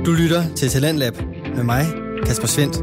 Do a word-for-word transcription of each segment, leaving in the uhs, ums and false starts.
Du lytter til Talentlab med mig, Kasper Svendt.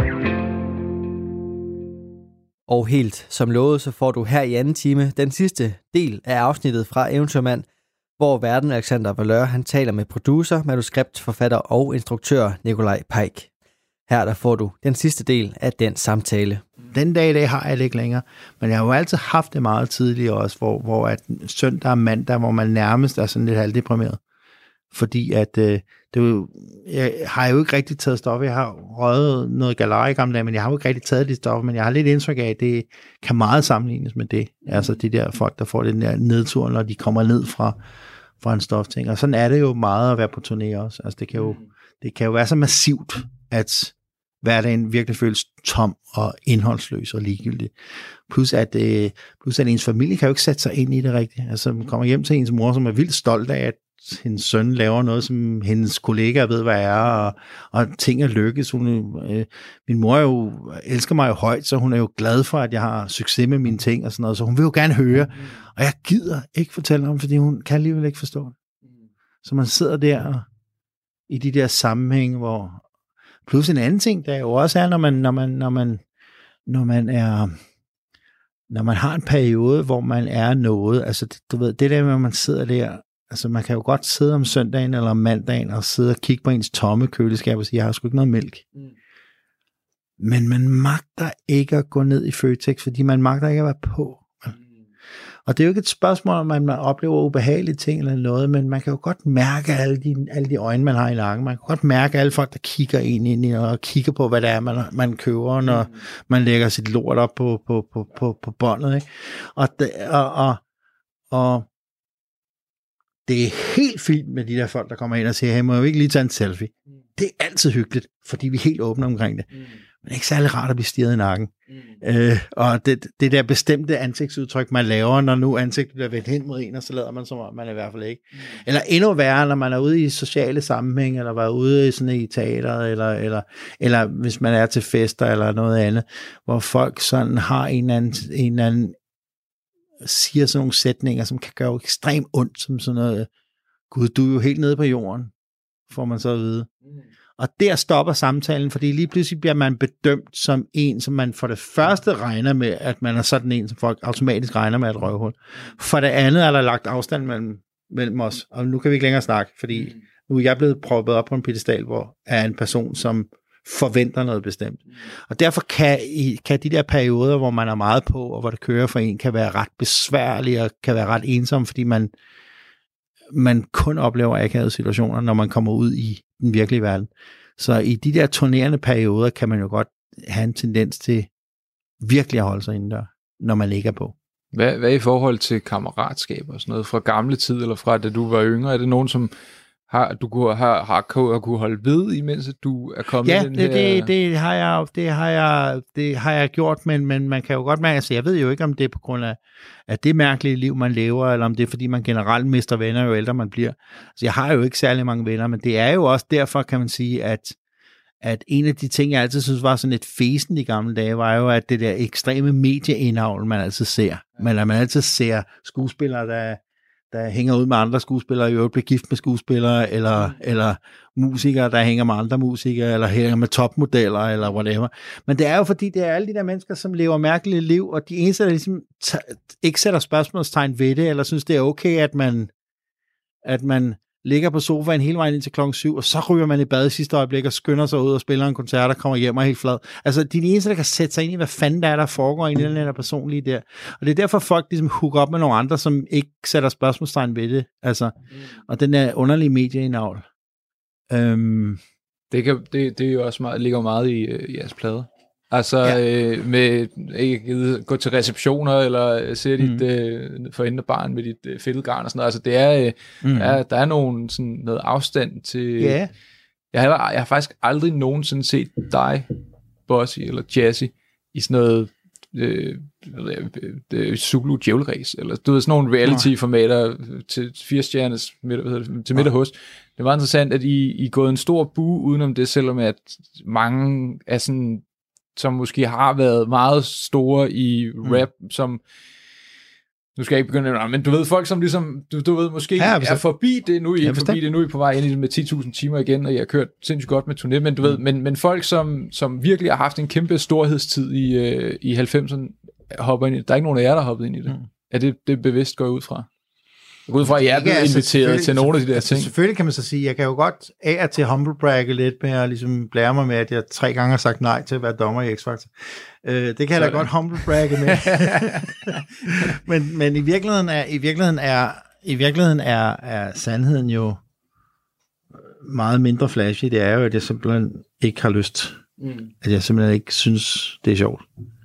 Og helt som lovet, så får du her i anden time den sidste del af afsnittet fra Eventyrmand, hvor værten Alexander Valeur, han taler med producer, manuskriptforfatter og instruktør Nikolaj Peik. Her der får du den sidste del af den samtale. Den dag i dag har jeg det ikke længere, men jeg har jo altid haft det meget tidligere også, hvor, hvor at søndag og mandag, hvor man nærmest er sådan lidt halvdeprimeret. Fordi at øh, det jo, jeg har jo ikke rigtig taget stoffer. Jeg har røget noget galar i gamle dage, men jeg har jo ikke rigtig taget de stoffer, men jeg har lidt indtryk af, at det kan meget sammenlignes med det. Altså de der folk, der får den der nedtur, når de kommer ned fra, fra en stofting. Og sådan er det jo meget at være på turné også. Altså det kan jo, det kan jo være så massivt, at hverdagen virkelig føles tom og indholdsløs og ligegyldig. Plus at, øh, plus at ens familie kan jo ikke sætte sig ind i det rigtigt. Altså man kommer hjem til ens mor, som er vildt stolt af, at hendes søn laver noget, som hendes kollegaer ved, hvad er, og, og ting er lykkes. Hun, øh, min mor jo, elsker mig jo højt, så hun er jo glad for, at jeg har succes med mine ting og sådan noget, så hun vil jo gerne høre, og jeg gider ikke fortælle om, fordi hun kan alligevel ikke forstå det. Så man sidder der i de der sammenhænge, hvor plus en anden ting, der jo også er, når man, når man, når man, når man er, når man har en periode, hvor man er noget, altså du ved, det der med, at man sidder der. Altså, man kan jo godt sidde om søndagen eller om mandagen og sidde og kigge på ens tomme køleskab og sige, jeg har sgu ikke noget mælk. Mm. Men man magter ikke at gå ned i Føtex, fordi man magter ikke at være på. Mm. Og det er jo ikke et spørgsmål, om man oplever ubehagelige ting eller noget, men man kan jo godt mærke alle de, alle de øjne, man har i nakken. Man kan godt mærke alle folk, der kigger ind, ind i og kigger på, hvad det er, man, man køber, når mm. man lægger sit lort op på, på, på, på, på båndet. Ikke? Og, det, og, og, og det er helt fint med de der folk, der kommer ind og siger, hey, må jeg ikke lige tage en selfie? Mm. Det er altid hyggeligt, fordi vi er helt åbne omkring det. Mm. Men det er ikke særlig rart at blive stirret i nakken. Mm. Øh, og det, det der bestemte ansigtsudtryk, man laver, når nu ansigtet bliver vendt hen mod en, og så lader man som om, man er i hvert fald ikke. Mm. Eller endnu værre, når man er ude i sociale sammenhæng, eller var ude i sådan i teateret, eller, eller, eller hvis man er til fester, eller noget andet, hvor folk sådan har en anden, en anden siger sådan nogle sætninger, som kan gøre ekstremt ondt, som sådan noget, gud, du er jo helt nede på jorden, får man så at vide. Mm. Og der stopper samtalen, fordi lige pludselig bliver man bedømt som en, som man for det første regner med, at man er sådan en, som folk automatisk regner med et røvhul. For det andet er der lagt afstand mellem, mellem os, og nu kan vi ikke længere snakke, fordi mm. nu er jeg blevet proppet op på en pedestal, hvor er en person, som forventer noget bestemt. Og derfor kan, kan de der perioder, hvor man er meget på, og hvor det kører for en, kan være ret besværlige, og kan være ret ensom, fordi man, man kun oplever akavede situationer, når man kommer ud i den virkelige verden. Så i de der turnerende perioder, kan man jo godt have en tendens til virkelig at holde sig indendør, når man ligger på. Hvad, hvad i forhold til kammeratskab og sådan noget, fra gamle tid, eller fra da du var yngre? Er det nogen, som Har du kunne, har, har kunne holde ved, imens du er kommet ja, i den det, her... det, det har jeg, det har jeg, det har jeg gjort, men, men man kan jo godt mærke, altså jeg ved jo ikke, om det er på grund af, af det mærkelige liv, man lever, eller om det er, fordi man generelt mister venner, jo ældre man bliver. Altså jeg har jo ikke særlig mange venner, men det er jo også derfor, kan man sige, at, at en af de ting, jeg altid synes var sådan lidt fesen i gamle dage, var jo, at det der ekstreme medieindhold, man altid ser. Men at man altid ser skuespillere, der der hænger ud med andre skuespillere, i øvrigt bliver gift med skuespillere, eller, mm. eller musikere, der hænger med andre musikere, eller hænger med topmodeller, eller whatever. Men det er jo fordi, det er alle de der mennesker, som lever mærkelige liv, og de eneste, der ligesom t- ikke sætter spørgsmålstegn ved det, eller synes, det er okay, at man, at man ligger på sofaen hele vejen ind til klokken syv, og så ryger man i bad i sidste øjeblik, og skynder sig ud og spiller en koncert, og kommer hjem og er helt flad. Altså, de er de eneste, der kan sætte sig ind i, hvad fanden der er, der foregår i den der personlige der. Og det er derfor, folk ligesom hooker op med nogle andre, som ikke sætter spørgsmålstegn ved det. Altså, mm. og den der underlige medieindavl. Øhm. Det, kan, det, det er jo også meget, ligger meget i øh, jeres plader. Altså ja. øh, med ikke gå til receptioner eller se dit mm. øh, for enden af barn med dit øh, fedtelgarn og sådan noget. Altså det er, øh, mm. er der er nogen sådan noget afstand til. Yeah. Jeg har jeg har faktisk aldrig nogensinde set dig, Bossy eller Jazzy i sådan noget øh, øh, Zulu djævleræs eller du ved sådan nogle reality formater til fire stjernes middag, hvad hedder det, til middag hos. Det var interessant at I I gået en stor bue udenom det, selvom at mange er sådan som måske har været meget store i rap, mm. som nu skal jeg ikke begynde at men du ved, folk som ligesom, du, du ved, måske ja, er forbi det nu, I er forbi det nu, I er på vej ind i det med ti tusind timer igen, og jeg har kørt sindssygt godt med turné, men du ved, men, men folk som, som virkelig har haft en kæmpe storhedstid i, øh, i halvfemserne, hopper ind i det. Der er ikke nogen af jer, der har hoppet ind i det. Mm. Er det, det bevidst går ud fra? Jeg går ud fra, at jeg er blevet altså, inviteret til nogle af de der altså, ting. Selvfølgelig kan man så sige, jeg kan jo godt af og til humblebragge lidt med at ligesom blære mig med, at jeg tre gange har sagt nej til at være dommer i X-Factor. Øh, det kan jeg da godt humblebragge med. men, men i virkeligheden er i virkeligheden er i virkeligheden er, er sandheden jo meget mindre flashy. Det er jo, at jeg simpelthen ikke har lyst. Mm. At jeg simpelthen ikke synes, det er sjovt.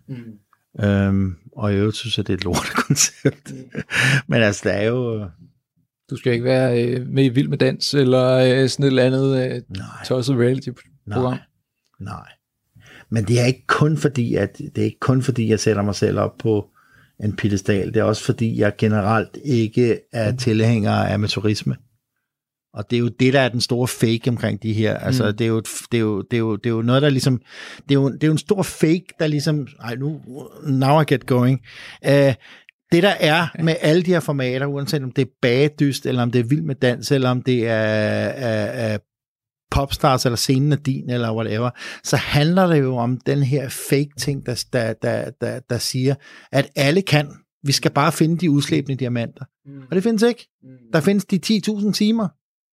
Mm. Øhm, og jeg øvrigt synes, at det er et lortekoncept. Mm. Men altså, der er jo... Du skal ikke være øh, med i Vild med Dans, eller øh, sådan et eller andet øh, tosset reality-program. Nej, nej. Men det er ikke kun fordi, at det er ikke kun fordi, jeg sætter mig selv op på en piedestal. Det er også fordi, jeg generelt ikke er tilhænger af amatørisme. Og det er jo det, der er den store fake omkring de her. Altså, mm. det, er jo, det, er jo, det, er jo, det er jo noget, der ligesom... Det er jo, det er jo en stor fake, der ligesom... Ej, nu... Now I get going. Uh, det, der er med alle de her formater, uanset om det er bagedyst, eller om det er Vild med Dans, eller om det er, er, er Popstars, eller Scenen er din, eller whatever, så handler det jo om den her fake ting, der, der, der, der, der siger, at alle kan. Vi skal bare finde de udslæbende diamanter. Mm. Og det findes ikke. Mm. Der findes de ti tusind timer.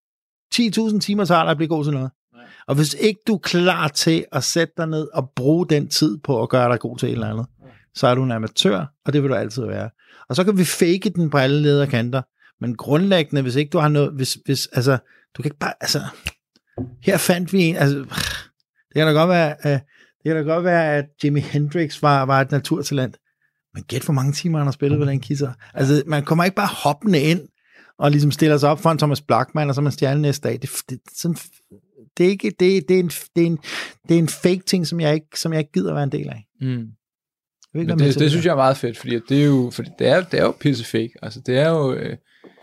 ti tusind timer tager der at blive god til noget. Nej. Og hvis ikke du er klar til at sætte dig ned og bruge den tid på at gøre dig god til et eller andet, ja. Så er du en amatør, og det vil du altid være. Og så kan vi fake den på alle leder og kanter. Men grundlæggende, hvis ikke du har noget, hvis, hvis, altså, du kan ikke bare, altså, her fandt vi en, altså, det kan da godt være, uh, det kan da godt være, at Jimi Hendrix var, var et naturtalent. Men gæt, hvor mange timer han har spillet på den kisser. Altså, man kommer ikke bare hoppende ind, og ligesom stiller sig op for en Thomas Blachman, og så er man stjerne næste dag. Det, det, sådan, det, er ikke, det, det, er en, det, er en, det er en fake ting, som jeg ikke, som jeg ikke gider være en del af. Mm. Ikke, det, det, det synes jeg er meget fedt, fordi det er jo, fordi det er, det er jo pisse fake. Altså, det er jo... Øh,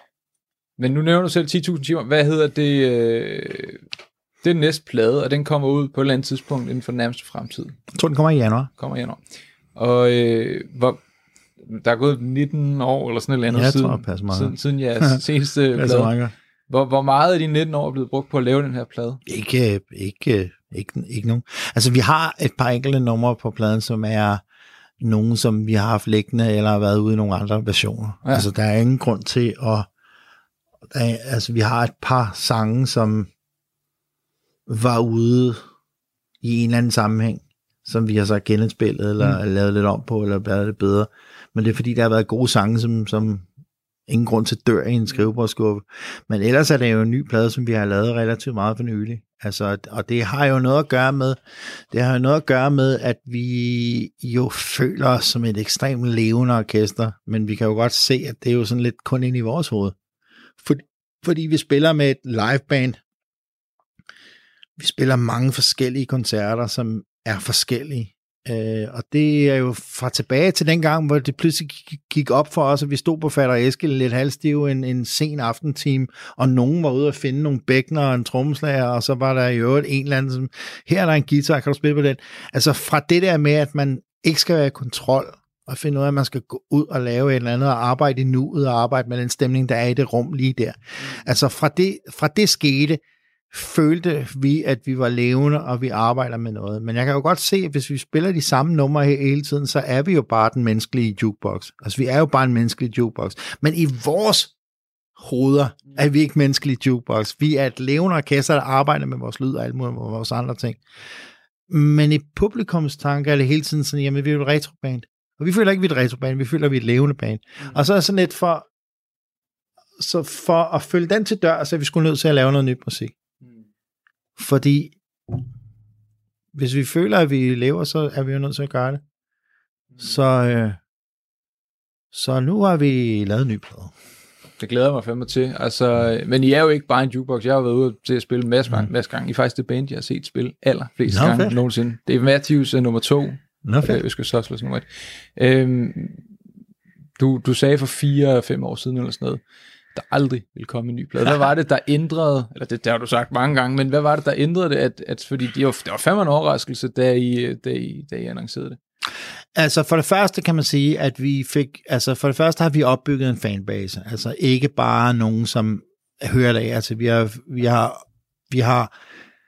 men nu nævner du selv ti tusind timer. Hvad hedder det? Øh, det er den næste plade, og den kommer ud på et eller andet tidspunkt inden for den nærmeste fremtid. Jeg tror, den kommer i januar. Kommer i januar. Og øh, hvor... Der er gået nitten år, eller sådan et eller andet, ja, siden, tror, siden, siden jeres seneste plade. Hvor, hvor meget af de nitten år er blevet brugt på at lave den her plade? Ikke, ikke, ikke, ikke nogen. Altså, vi har et par enkelte numre på pladen, som er nogen, som vi har haft liggende, eller har været ude i nogle andre versioner. Ja. Altså, der er ingen grund til at... Der, altså, vi har et par sange, som var ude i en eller anden sammenhæng, som vi har så genindspillet, eller mm. lavet lidt om på, eller lavet det bedre. Men det er fordi, der har været gode sange, som, som ingen grund til dør i en skrivebordsskuffe. Men ellers er det jo en ny plade, som vi har lavet relativt meget for nylig. Altså, og det har jo noget at gøre med, det har jo noget at gøre med, at vi jo føler os som et ekstremt levende orkester, men vi kan jo godt se, at det er jo sådan lidt kun ind i vores hoved. For, fordi vi spiller med et liveband. Vi spiller mange forskellige koncerter, som er forskellige. Uh, og det er jo fra tilbage til den gang, hvor det pludselig gik op for os, at vi stod på Fatter Eskild lidt halvstive en, en sen aftentime, og nogen var ude at finde nogle bækkener og en trommeslager, og så var der i øvrigt en eller anden, som, her er der en guitar, kan du spille på den? Altså fra det der med, at man ikke skal være i kontrol, og finde ud af, at man skal gå ud og lave et eller andet, og arbejde i nuet, og arbejde med den stemning, der er i det rum lige der. Altså fra det, fra det skete, følte vi, at vi var levende, og vi arbejder med noget. Men jeg kan jo godt se, at hvis vi spiller de samme numre hele tiden, så er vi jo bare den menneskelige jukebox. Altså, vi er jo bare en menneskelig jukebox. Men i vores hoveder er vi ikke menneskelige jukebox. Vi er et levende orkester, der arbejder med vores lyd og alt muligt, og vores andre ting. Men i publikums tanker er det hele tiden sådan, jamen, vi er jo et retroband. Og vi føler ikke, vi er et retroband, vi føler, at vi er et levende band. Mm. Og så er sådan lidt for, så for at følge den til dør, så er vi sgu nødt til at lave noget nyt musik. Fordi hvis vi føler, at vi lever, så er vi jo nødt til at gøre det. Så, øh, så nu har vi lavet en ny plade. Det glæder mig fandme til. Altså, men I er jo ikke bare en jukebox. Jeg har været ude til at spille en masse, mm. masse gange. I er faktisk det band, jeg har set spille allerflest gange fedt. Nogensinde. Det er Matthews nummer to. Nå, fedt. Øske Soslers nummer et. Øhm, du, du sagde for fire fem år siden eller sådan noget, der aldrig ville komme en ny plade. Hvad var det, der ændrede, eller det, det har du sagt mange gange, men hvad var det, der ændrede det, at, at fordi det var, det var fandme en overraskelse, da I, da, I, da I annoncerede det? Altså for det første kan man sige, at vi fik, altså for det første har vi opbygget en fanbase, altså ikke bare nogen, som hører det af, altså vi har, vi har, vi har,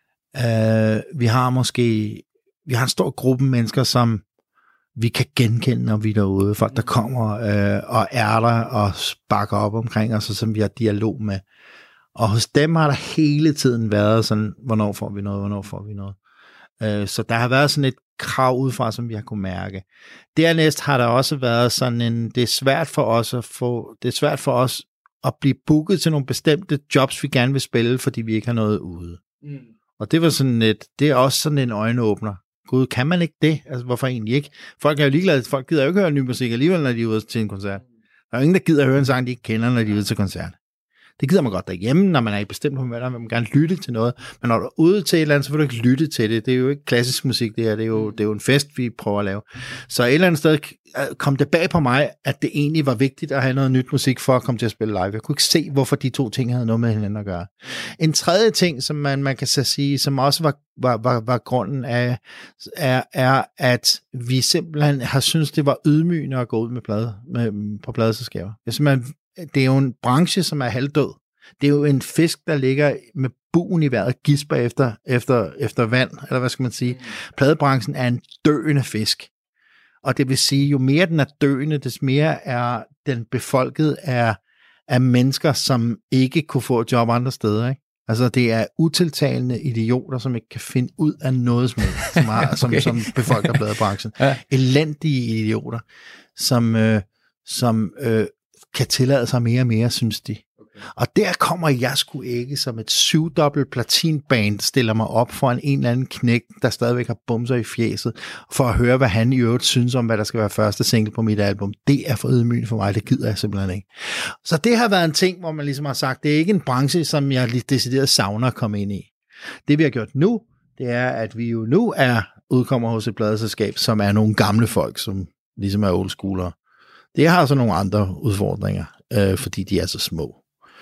øh, vi har måske, vi har en stor gruppe mennesker, som vi kan genkende, når vi er derude, folk der kommer øh, og er der og bakker op omkring os, og som vi har dialog med. Og hos dem har der hele tiden været sådan, hvornår får vi noget, hvornår får vi noget. Øh, så der har været sådan et krav udefra, som vi har kunne mærke. Dernæst har der også været sådan en, det er svært for os at få, det er svært for os at blive booket til nogle bestemte jobs, vi gerne vil spille, fordi vi ikke har noget ude. Mm. Og det var sådan et, det er også sådan en øjenåbner. Gud, kan man ikke det? Altså, hvorfor egentlig ikke? Folk er jo ligeglade, folk gider jo ikke høre ny musik alligevel, når de er ude til en koncert. Der er jo ingen, der gider at høre en sang, de ikke kender, når de er ude til koncert. Det gider man godt derhjemme, når man er i bestemt humør, der vil man gerne lytte til noget. Men når du er ude til et eller andet, så vil du ikke lytte til det. Det er jo ikke klassisk musik, det her. Det er jo, det er jo en fest, vi prøver at lave. Så et eller andet sted kom det bag på mig, at det egentlig var vigtigt at have noget nyt musik for at komme til at spille live. Jeg kunne ikke se, hvorfor de to ting havde noget med hinanden at gøre. En tredje ting, som man, man kan så sige, som også var, var, var, var grunden af, er, er, at vi simpelthen har syntes, det var ydmygende at gå ud med plade, med, på pladeselskaber. Det er jo en branche, som er halvdød. Det er jo en fisk, der ligger med buen i vejret og gisper efter, efter, efter vand, eller hvad skal man sige. Pladebranchen er en døende fisk. Og det vil sige, jo mere den er døende, des mere er den befolket af, af mennesker, som ikke kunne få et job andre steder. Ikke? Altså det er utiltalende idioter, som ikke kan finde ud af noget som, som, har, okay. som, som befolker pladebranchen. Ja. Elendige idioter, som, øh, som øh, kan tillade sig mere og mere, synes de. Og der kommer jeg sgu ikke som et syvdobbelt platinband stiller mig op for en, en eller anden knæk, der stadigvæk har bumser i fjeset, for at høre, hvad han i øvrigt synes om, hvad der skal være første single på mit album. Det er for ydmygende for mig, det gider jeg simpelthen ikke. Så det har været en ting, hvor man ligesom har sagt, det er ikke en branche, som jeg lige decideret savner at komme ind i. Det vi har gjort nu, det er, at vi jo nu er udkommer hos et pladeselskab, som er nogle gamle folk, som ligesom er old schoolere. Det har så nogle andre udfordringer, øh, fordi de er så små.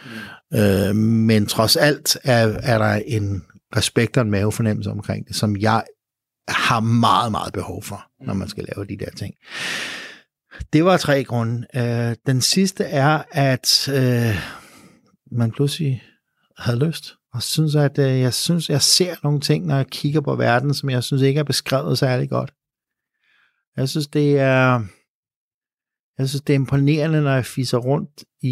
Mm. Øh, men trods alt er, er der en respekt og en mavefornemmelse omkring det, som jeg har meget, meget behov for, når man skal lave de der ting. Det var tre grunde. Øh, den sidste er, at øh, man pludselig havde lyst, og synes, at øh, jeg synes, jeg ser nogle ting, når jeg kigger på verden, som jeg synes ikke er beskrevet særlig godt. Jeg synes, det er Jeg synes, det er imponerende, når jeg fiser rundt i,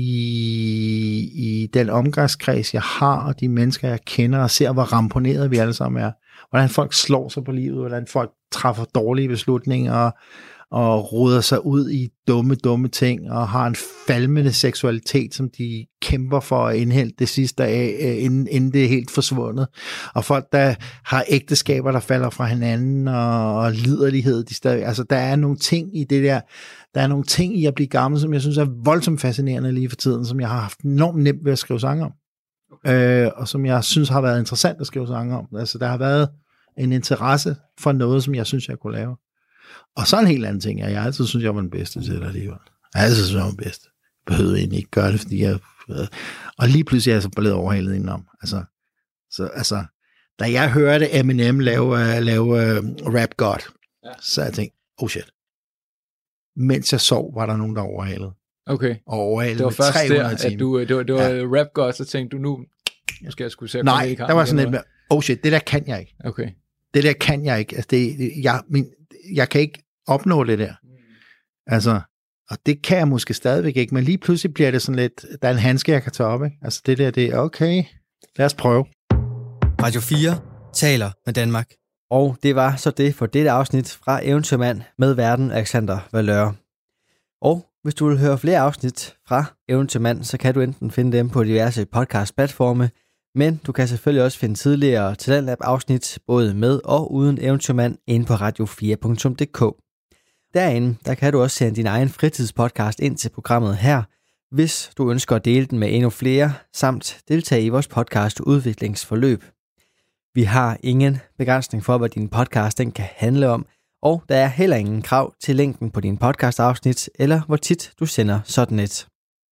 i den omgangskreds, jeg har, og de mennesker, jeg kender, og ser, hvor ramponerede vi alle sammen er. Hvordan folk slår sig på livet, hvordan folk træffer dårlige beslutninger, og, og roder sig ud i dumme, dumme ting, og har en falmende seksualitet, som de kæmper for at indhente det sidste af, inden, inden det er helt forsvundet. Og folk, der har ægteskaber, der falder fra hinanden, og, og liderlighed. De stadig, altså, der er nogle ting i det der, der er nogle ting i at blive gammel, som jeg synes er voldsomt fascinerende lige for tiden, som jeg har haft enormt nemt ved at skrive sange om. Okay. Øh, og som jeg synes har været interessant at skrive sange om. Altså, der har været en interesse for noget, som jeg synes, jeg kunne lave. Og så en helt anden ting, at jeg altid synes, jeg var den bedste til det alligevel. Jeg altid synes, jeg var den bedste. Jeg behøvede egentlig ikke gøre det, fordi jeg... Og lige pludselig er jeg så blevet overhalet indenom. Altså, så, altså, da jeg hørte Eminem lave, lave uh, Rap God, ja. Så jeg tænkte, oh shit. Mens jeg sov, var der nogen, der overhalede. Okay. Og overhalede det var først der, at timer. du, det var, det var ja. Rap God, så tænkte du, nu skal jeg skulle se at Nej, der var sådan lidt med, oh shit, det der kan jeg ikke. Okay. Det der kan jeg ikke. Altså, det, jeg, min, jeg kan ikke opnå det der. Mm. Altså, og det kan jeg måske stadigvæk ikke, men lige pludselig bliver det sådan lidt, der er en handske, jeg kan tage op, ikke? Altså, det der, det er okay. Lad os prøve. Radio fire taler med Danmark. Og det var så det for dette afsnit fra Eventyrmand med værten Alexander Valeur. Og hvis du vil høre flere afsnit fra Eventyrmand, så kan du enten finde dem på diverse podcast-platforme, men du kan selvfølgelig også finde tidligere Talentlab-afsnit, både med og uden Eventyrmand, inde på radio fire punktum d k. Derinde, der kan du også sende din egen fritidspodcast ind til programmet her, hvis du ønsker at dele den med endnu flere, samt deltage i vores podcast udviklingsforløb. Vi har ingen begrænsning for, hvad din podcast den kan handle om, og der er heller ingen krav til længden på din podcast-afsnit, eller hvor tit du sender sådan et.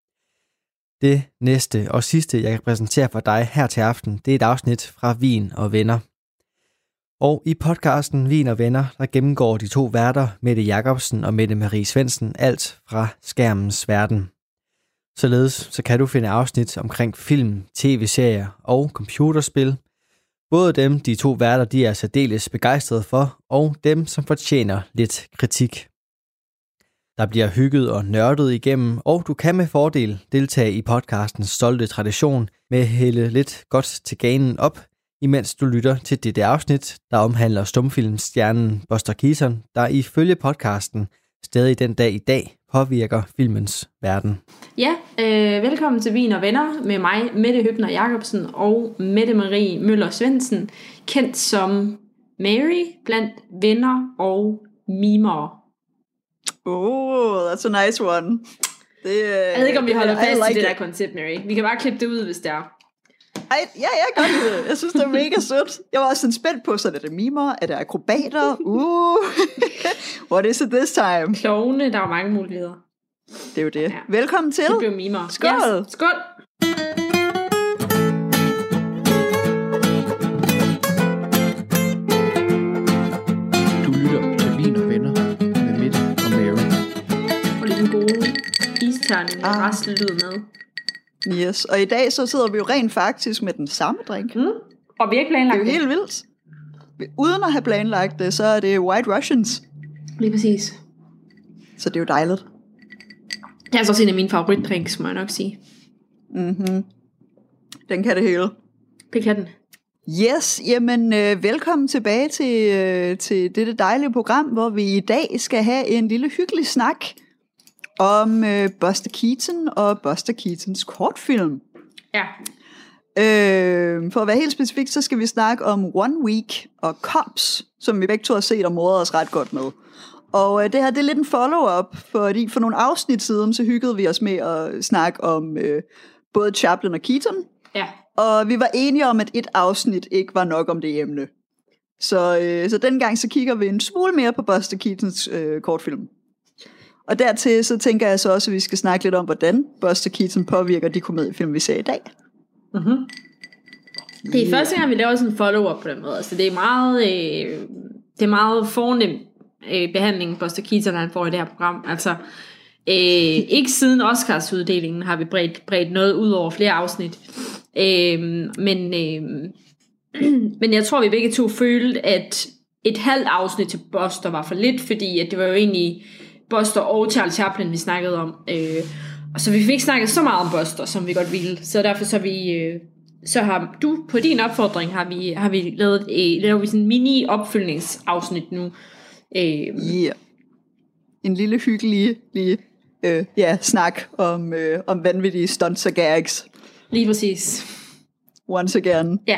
Det næste og sidste, jeg kan præsentere for dig her til aften, det er et afsnit fra Vin og Venner. Og i podcasten Vin og Venner, der gennemgår de to værter, Mette Jacobsen og Mette Marie Svendsen, alt fra skærmens verden. Således så kan du finde afsnit omkring film, tv-serier og computerspil. Både dem, de to værter, de er særdeles begejstrede for, og dem, som fortjener lidt kritik. Der bliver hygget og nørdet igennem, og du kan med fordel deltage i podcastens stolte tradition med at hælde lidt godt til ganen op, imens du lytter til dette afsnit, der omhandler stumfilmstjernen Buster Keaton, der ifølge podcasten stadig den dag i dag påvirker filmens verden. Ja, øh, velkommen til Vin og Venner med mig, Mette Høbner Jacobsen og Mette Marie Møller Svendsen, kendt som Mary blandt venner og mimer. Oh, that's a nice one. Det, uh, jeg ved ikke, om vi holder fast like i det it. der koncept, Mary. Vi kan bare klippe det ud, hvis det er. Ej, ja, jeg kan godt lide det. Jeg synes, det er mega sødt. Jeg var også sådan spændt på, så er det mimer, er det akrobater? Uh, what is it this time? Klovne, der er mange muligheder. Det er jo det. Ja. Velkommen til. Det blev mimer. Skål. Yes. Skål. Du lytter til Vin og Venner med Mette og Mary. Og lige den gode isterning med Ah. rastlyd med. Yes, og i dag så sidder vi jo rent faktisk med den samme drink. Mm. Og vi har ikke Det planlagt er jo helt vildt. Uden at have planlagt det, så er det White Russians. Lige præcis. Så det er jo dejligt. Det er altså også en af mine favoritdrinks, må jeg nok sige. Mm-hmm. Den kan det hele. Det kan den. Yes, jamen øh, velkommen tilbage til, øh, til dette dejlige program, hvor vi i dag skal have en lille hyggelig snak om øh, Buster Keaton og Buster Keatons kortfilm. Ja. Øh, for at være helt specifik, så skal vi snakke om One Week og Cops, som vi begge to har set og mordet os ret godt med. Og øh, det her, det er lidt en follow-up, fordi for nogle afsnit siden, så hyggede vi os med at snakke om øh, både Chaplin og Keaton. Ja. Og vi var enige om, at et afsnit ikke var nok om det emne. Så, øh, så dengang så kigger vi en smule mere på Buster Keatons øh, kortfilm. Og dertil så tænker jeg så også, at vi skal snakke lidt om, hvordan Buster Keaton påvirker de komediefilm, vi ser i dag. Mm-hmm. Det er første gang, vi laver sådan en follow-up på den måde. Så det er meget, øh, det er meget fornem øh, behandling, Buster Keaton han får i det her program. Altså, øh, ikke siden Oscars-uddelingen har vi bredt, bredt noget ud over flere afsnit. Øh, men, øh, men jeg tror, vi begge to følte, at et halvt afsnit til Buster var for lidt, fordi at det var jo egentlig Buster og Charlie Chaplin, vi snakkede om. Øh, og så vi fik ikke snakket så meget om Buster, som vi godt ville. Så derfor så vi... Øh, så har du, på din opfordring, har vi, har vi lavet, øh, lavet vi sådan en mini-opfølgningsafsnit nu. Øh, Yeah. En lille hyggelig lige, øh, ja, snak om, øh, om vanvittige stunts og gags. lige præcis. Once again. Ja.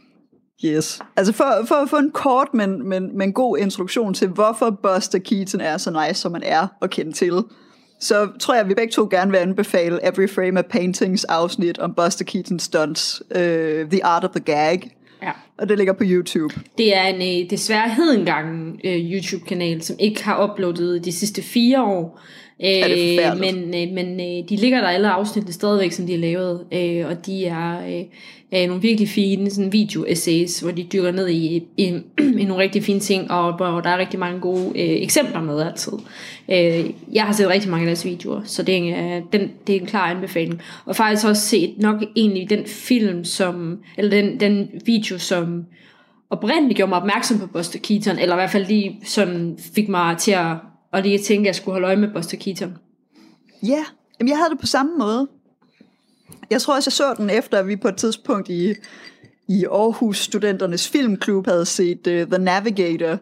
Yes. Altså for, for at få en kort, men, men, men god introduktion til, hvorfor Buster Keaton er så nice, som man er at kende til, så tror jeg, at vi begge to gerne vil anbefale Every Frame of Paintings afsnit om Buster Keaton stunts, uh, The Art of the Gag, Ja. og det ligger på YouTube. Det er en øh, desværre hedengang øh, YouTube-kanal, som ikke har uploadet de sidste fire år. Øh, Er det forfærdeligt? men øh, men øh, de ligger der alle afsnittene stadigvæk, som de er lavet. Øh, og de er øh, øh, nogle virkelig fine sådan video-essays, hvor de dykker ned i, i, i nogle rigtig fine ting, og hvor der er rigtig mange gode øh, eksempler med altid. Øh, jeg har set rigtig mange af deres videoer, så det er, en, den, det er en klar anbefaling. Og faktisk også set nok egentlig den film, som, eller den, den video, som oprindeligt gjorde mig opmærksom på Buster Keaton, eller i hvert fald lige sådan fik mig til at, og lige tænke, at jeg skulle holde øje med Buster Keaton. Ja, yeah. Jeg havde det på samme måde. Jeg tror også, jeg så den efter, at vi på et tidspunkt i, i Aarhus Studenternes Filmklub havde set uh, The Navigator.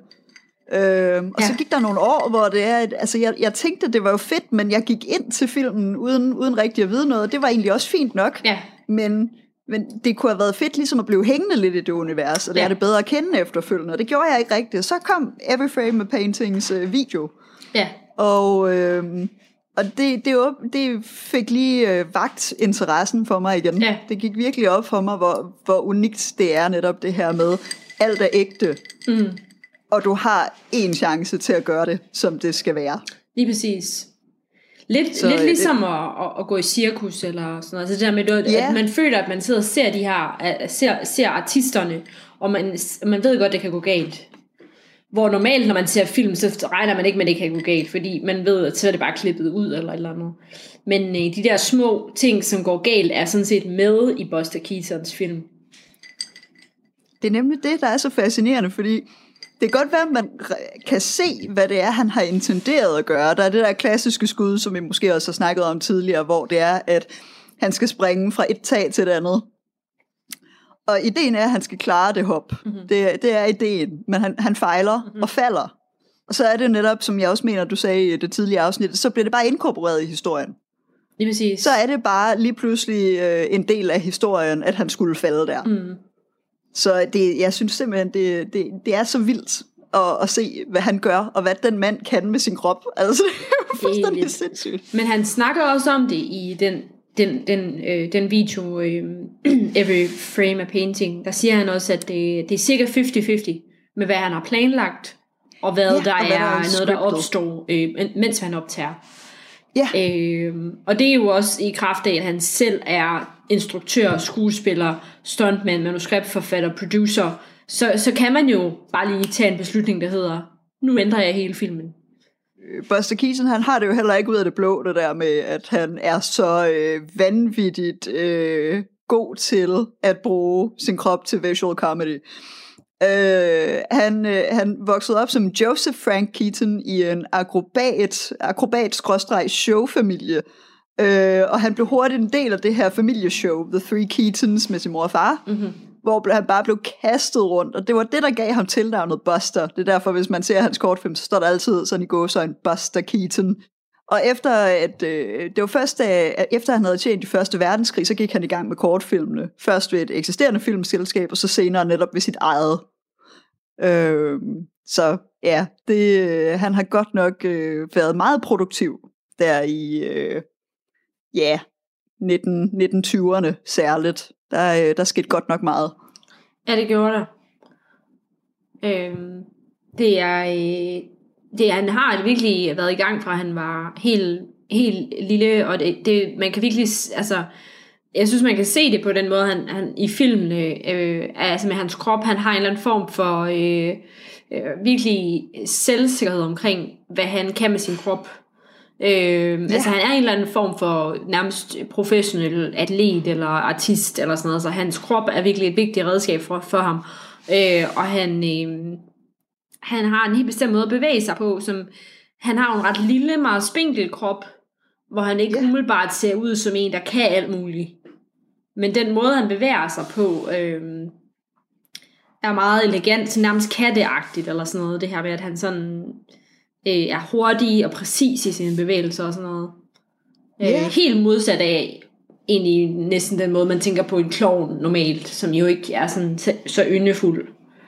Uh, og ja. Så gik der nogle år, hvor det er, et, altså jeg, jeg tænkte, det var jo fedt, men jeg gik ind til filmen uden, uden rigtig at vide noget, og det var egentlig også fint nok. Ja. Men, men det kunne have været fedt ligesom at blive hængende lidt i det univers, og lære Ja. det bedre at kende efterfølgende, og det gjorde jeg ikke rigtigt. Så kom Every Frame of Paintings uh, video, Ja. og, øh, og det, det, det fik lige øh, vagt interessen for mig igen. Ja. Det gik virkelig op for mig, hvor, hvor unikt det er netop det her med, alt er ægte, Mm. og du har en chance til at gøre det, som det skal være. Lige præcis. Lidt, Så, lidt øh, ligesom det... at, at, at gå i cirkus eller sådan noget. Altså det der med, at Ja. man føler, at man sidder og ser de her, ser, ser artisterne, og man, man ved godt, det kan gå galt. Hvor normalt, når man ser film, så regner man ikke med, at det kan gå galt, fordi man ved, at så er det bare klippet ud eller et eller andet. Men øh, de der små ting, som går galt, er sådan set med i Buster Keatons film. Det er nemlig det, der er så fascinerende, fordi det kan godt være, at man kan se, hvad det er, han har intenderet at gøre. Der er det der klassiske skud, som vi måske også har snakket om tidligere, hvor det er, at han skal springe fra et tag til det andet. Og ideen er, at han skal klare det hop. Mm-hmm. Det, det er ideen, men han, han fejler mm-hmm. og falder. Og så er det netop, som jeg også mener, du sagde i det tidligere afsnit, så bliver det bare inkorporeret i historien. Lige præcis. Så er det bare lige pludselig øh, en del af historien, at han skulle falde der. Mm. Så det, jeg synes simpelthen, det, det, det er så vildt at, at se, hvad han gør, og hvad den mand kan med sin krop. Altså, det er jo fuldstændig sindssygt. Men han snakker også om det i den, den, den, øh, den video, øh, Every Frame a Painting. Der siger han også, at det, det er cirka halvtreds halvtreds med, hvad han har planlagt, og hvad, ja, der, og hvad er, der er noget, der opstår, øh, mens han optager. Ja. Øh, og det er jo også i kraft af, at han selv er instruktør, skuespiller, stuntman, manuskriptforfatter, producer, så, så kan man jo bare lige tage en beslutning, der hedder, nu ændrer jeg hele filmen. Buster Keaton, han har det jo heller ikke ud af det blå, det der med, at han er så øh, vanvittigt øh, god til at bruge sin krop til visual comedy. Øh, han, øh, han voksede op som Joseph Frank Keaton i en akrobat, akrobat-show-familie, øh, og han blev hurtigt en del af det her familieshow, The Three Keatons, med sin mor og far, mm-hmm. hvor han bare blev kastet rundt, og det var det, der gav ham tilnavnet Buster. Det er derfor, hvis man ser hans kortfilm, så står der altid sådan i gåseøjne Buster Keaton. Og efter at øh, det var først, at efter han havde tjent i første verdenskrig, så gik han i gang med kortfilmene. Først ved et eksisterende filmselskab, og så senere netop ved sit eget. Øh, så ja, det, han har godt nok øh, været meget produktiv der i øh, ja, nitten tyverne særligt. Der, øh, der skete godt nok meget. Ja, det gjorde der. Øhm, det er... Øh Det, han har virkelig været i gang fra han var helt, helt lille, og det, det, man kan virkelig, altså, jeg synes man kan se det på den måde, han, han i filmene, øh, altså med hans krop, han har en eller anden form for øh, øh, virkelig selvsikkerhed omkring, hvad han kan med sin krop. Øh, ja. Altså han er en eller anden form for nærmest professionel atlet eller artist eller sådan noget, så hans krop er virkelig et vigtigt redskab for, for ham, øh, og han... Øh, Han har en helt bestemt måde at bevæge sig på, som han har en ret lille, meget spinkel krop, hvor han ikke yeah. umiddelbart ser ud som en, der kan alt muligt. Men den måde, han bevæger sig på, øh, er meget elegant, nærmest katteagtigt, eller sådan noget. Det her med, at han sådan øh, er hurtig og præcis i sine bevægelser og sådan noget. Yeah. Øh, helt modsat af egentlig næsten den måde, man tænker på en klovn normalt, som jo ikke er sådan så yndefuld.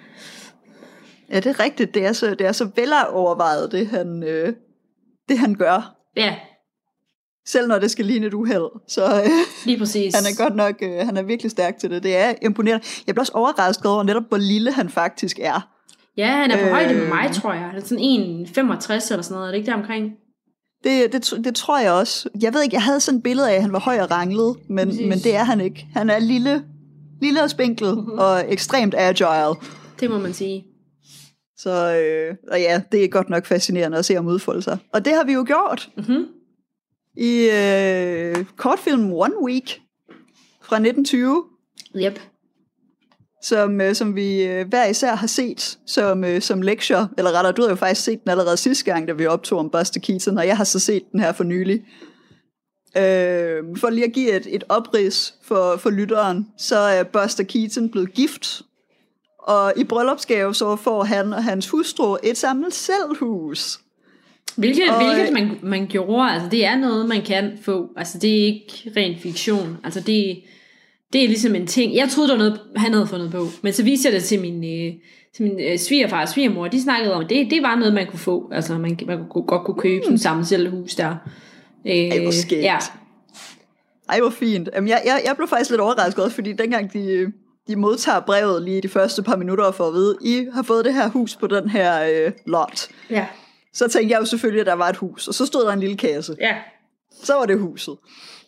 Ja, det er rigtigt. Det er så, det er så velovervejet, det han, øh, det han gør. Ja. Selv når det skal ligne et uheld. Så øh, lige præcis. Han er godt nok, øh, han er virkelig stærk til det. Det er imponerende. Jeg bliver også overrasket over netop, hvor lille han faktisk er. Ja, han er på øh, højde med mig, tror jeg. Han er sådan en komma femogtres eller sådan noget. Er det ikke der omkring? Det, det, det tror jeg også. Jeg ved ikke, jeg havde sådan et billede af, at han var høj og ranglet, men, men det er han ikke. Han er lille, lille og spinkel uh-huh. og ekstremt agile. Det må man sige. Så øh, og ja, det er godt nok fascinerende at se ham udfolde sig. Og det har vi jo gjort mm-hmm. i øh, kortfilmen One Week fra nitten tyve. Yep. Som, øh, som vi øh, hver især har set som, øh, som lektier. Eller rettere, du har jo faktisk set den allerede sidste gang, da vi optog om Buster Keaton, og jeg har så set den her for nylig. Øh, for lige at give et, et oprids for, for lytteren, så er Buster Keaton blevet gift. Og i bryllupsgave så får han og hans hustru et samlet-selv-hus. Hvilket, og, hvilket man, man gjorde, altså det er noget, man kan få. Altså det er ikke ren fiktion. Altså det, det er ligesom en ting. Jeg troede, det var noget, han havde fundet på. Men så viste jeg det til min, øh, til min øh, svigerfar og svigermor. De snakkede om, at det, det var noget, man kunne få. Altså man, man kunne godt kunne købe mm. sådan et samlet-selv-hus der. Øh, Ej, hvor skægt. Ja. Ej, hvor fint. Jamen, jeg, jeg, jeg blev faktisk lidt overrasket også, fordi dengang de... De modtager brevet lige de første par minutter for at vide, I har fået det her hus på den her øh, lot. Ja. Så tænkte jeg jo selvfølgelig, at der var et hus, og så stod der en lille kasse. Ja. Så var det huset.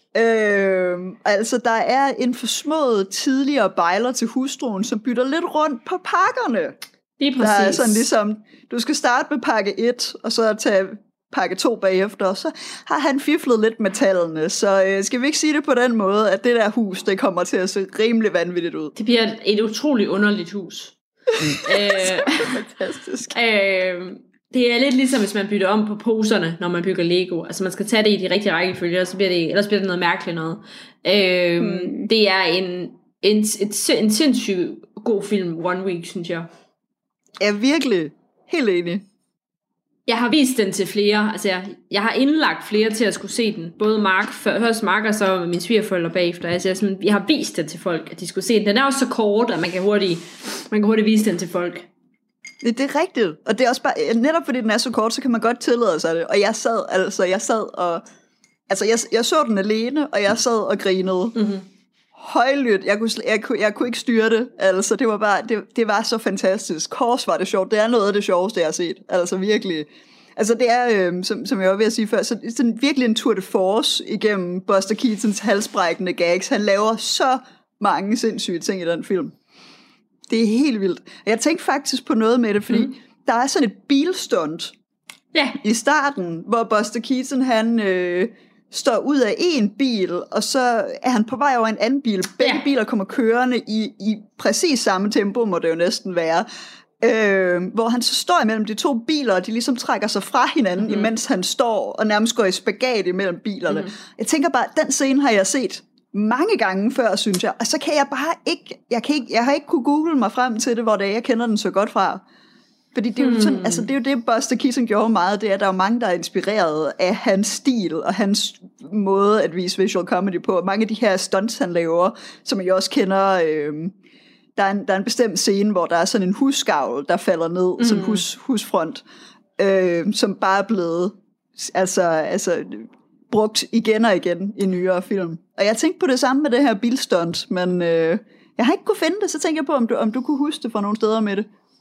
Øh, altså, der er en forsmået tidligere bejler til hustruen, som bytter lidt rundt på pakkerne. Lige præcis. Der er sådan ligesom, du skal starte med pakke et, og så tage pakke to bagefter, og så har han fiflet lidt med tallene, så øh, skal vi ikke sige det på den måde, at det der hus, det kommer til at se rimelig vanvittigt ud. Det bliver et, et utroligt underligt hus. øh, fantastisk. Øh, det er lidt ligesom, hvis man bytter om på poserne, når man bygger Lego. Altså man skal tage det i de rigtige rækkefølge, ellers bliver det, ellers bliver det noget mærkeligt noget. Øh, hmm. Det er en, en, et, en sindssygt god film, One Week, synes jeg. Ja, virkelig. Helt enig. Jeg har vist den til flere, altså jeg, jeg har indlagt flere til at skulle se den. Både Mark, først Mark og så mine svigerforældre bagefter. Altså jeg, sådan, jeg har vist den til folk, at de skulle se den. Den er også så kort, at man kan hurtigt, man kan hurtigt vise den til folk. Det, det er rigtigt, og det er også bare, netop fordi den er så kort, så kan man godt tillade sig det. Og jeg sad, altså jeg sad og, altså jeg, jeg så den alene, og jeg sad og grinede. Mm-hmm. Højlydt, jeg kunne, jeg, kunne, jeg kunne ikke styre det, altså det var bare, det, det var så fantastisk. Kors var det sjovt, det er noget af det sjoveste, jeg har set, altså virkelig. Altså det er, øh, som, som jeg var ved at sige før, så det er sådan virkelig en tour de force igennem Buster Keatons halsbrækkende gags. Han laver så mange sindssyge ting i den film. Det er helt vildt. Og jeg tænkte faktisk på noget med det, fordi mm. der er sådan et bilstunt yeah. i starten, hvor Buster Keaton, han øh, står ud af en bil, og så er han på vej over en anden bil. Begge yeah. biler kommer kørende i, i præcis samme tempo, må det jo næsten være. Øh, hvor han så står imellem de to biler, og de ligesom trækker sig fra hinanden, mm-hmm. imens han står og nærmest går i spagat imellem bilerne. Mm-hmm. Jeg tænker bare, den scene har jeg set mange gange før, synes jeg, og så kan jeg bare ikke, jeg, kan ikke, jeg har ikke kunne google mig frem til det, hvor det er, jeg kender den så godt fra. Fordi det er jo hmm. sådan, altså det er jo det, Buster Keaton gjorde meget, det er, at der er jo mange, der er inspireret af hans stil, og hans måde at vise visual comedy på. Mange af de her stunts, han laver, som jeg også kender, øh, der, er en, der er en bestemt scene, hvor der er sådan en husgavl, der falder ned, mm. sådan en hus, husfront, øh, som bare er blevet, altså, altså brugt igen og igen i nyere film. Og jeg tænkte på det samme med det her bilstunt, men øh, jeg har ikke kunne finde det, så tænker jeg på, om du, om du kunne huske det fra nogle steder med det.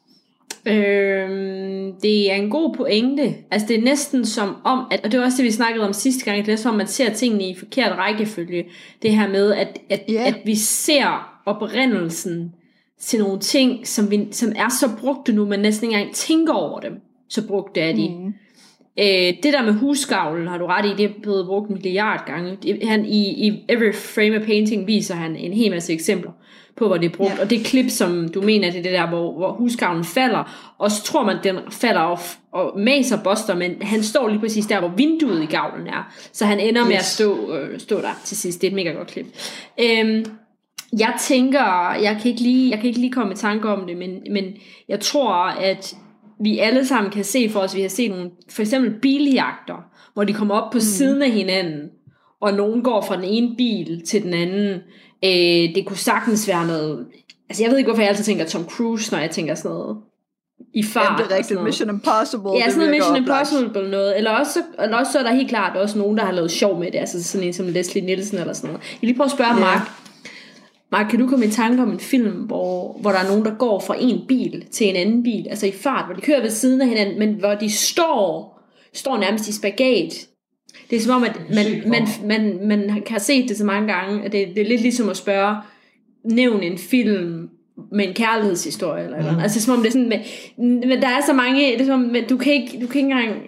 Øhm, det er en god pointe. Altså det er næsten som om at, og det var også det vi snakkede om sidste gang, det er som om man ser tingene i forkert rækkefølge. Det her med at, at, yeah. at vi ser oprindelsen til nogle ting som, vi, som er så brugte nu, man næsten ikke engang tænker over dem. Så brugte er de. mm. øh, Det der med husgavlen har du ret i, det er blevet brugt en milliard gange. Han, i, i Every Frame of Painting viser han en hel masse eksempler på, hvor det er brugt. Ja. Og det klip, som du mener, det er det der, hvor, hvor husgavlen falder, og så tror man, den falder og, og maser Buster, men han står lige præcis der, hvor vinduet i gavlen er. Så han ender yes. med at stå, øh, stå der til sidst. Det er et mega godt klip. Øhm, jeg tænker, jeg kan, ikke lige, jeg kan ikke lige komme i tanke om det, men, men jeg tror, at vi alle sammen kan se for os, vi har set nogle, for eksempel biljagter, hvor de kommer op på mm. siden af hinanden, og nogen går fra den ene bil til den anden. Øh, det kunne sagtens være noget, altså jeg ved ikke hvorfor jeg altid tænker Tom Cruise, når jeg tænker sådan noget i fart. Jamen det er rigtigt, Mission Impossible. Ja, sådan noget Mission Impossible noget, eller også, eller også så er der helt klart også nogen der har lavet sjov med det, altså sådan en som Leslie Nielsen eller sådan noget. Jeg vil lige prøve at spørge Mark, yeah. Mark, kan du komme i tanke om en film, hvor, hvor der er nogen der går fra en bil til en anden bil, altså i fart, hvor de kører ved siden af hinanden, men hvor de står står nærmest i spagat. Det er som om, at man, man, man, man kan have set det så mange gange, at det, det er lidt ligesom at spørge, nævn en film med en kærlighedshistorie, eller, eller. Mm. Altså som om det er sådan, men, men der er så mange, det er som, men du kan ikke, du kan ikke engang...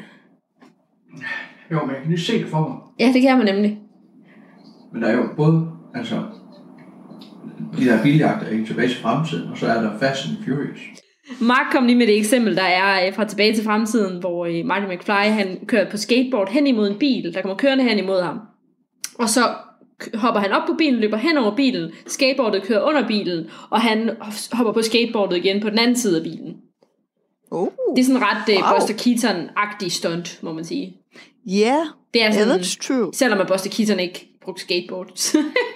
Jo, men jeg kan lige se det for mig. Ja, det kan man nemlig. Men der er jo både, altså, de der biljagter er tilbage til fremtiden, og så er der Fast and Furious. Mark kom lige med det eksempel, der er fra Tilbage til Fremtiden, hvor Marty McFly, han kører på skateboard hen imod en bil, der kommer kørende hen imod ham. Og så hopper han op på bilen, løber hen over bilen, skateboardet kører under bilen, og han hopper på skateboardet igen på den anden side af bilen. Oh, det er sådan ret wow. uh, Buster Keaton-agtig stunt, må man sige. Ja, yeah, det er sådan, yeah, that's true. Selvom at Buster Keaton ikke brugte skateboard.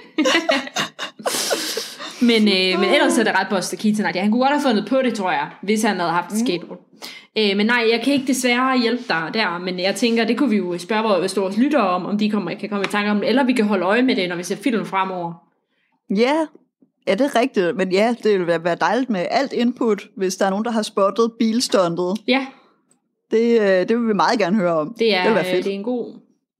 Men, øh, men ellers er det ret Buster Keaton. Ja, han kunne godt have fundet på det, tror jeg, hvis han havde haft et skateboard. Mm. Øh, men nej, jeg kan ikke desværre hjælpe dig der, men jeg tænker, det kunne vi jo spørge vores vores lyttere om, om de kommer, kan komme i tanke om det, eller vi kan holde øje med det, når vi ser film fremover. Ja, ja, det er rigtigt, men ja, det vil være dejligt med alt input, hvis der er nogen, der har spottet bilstuntet. Ja. Det, det vil vi meget gerne høre om. Det er, det vil være fedt. Det er en god...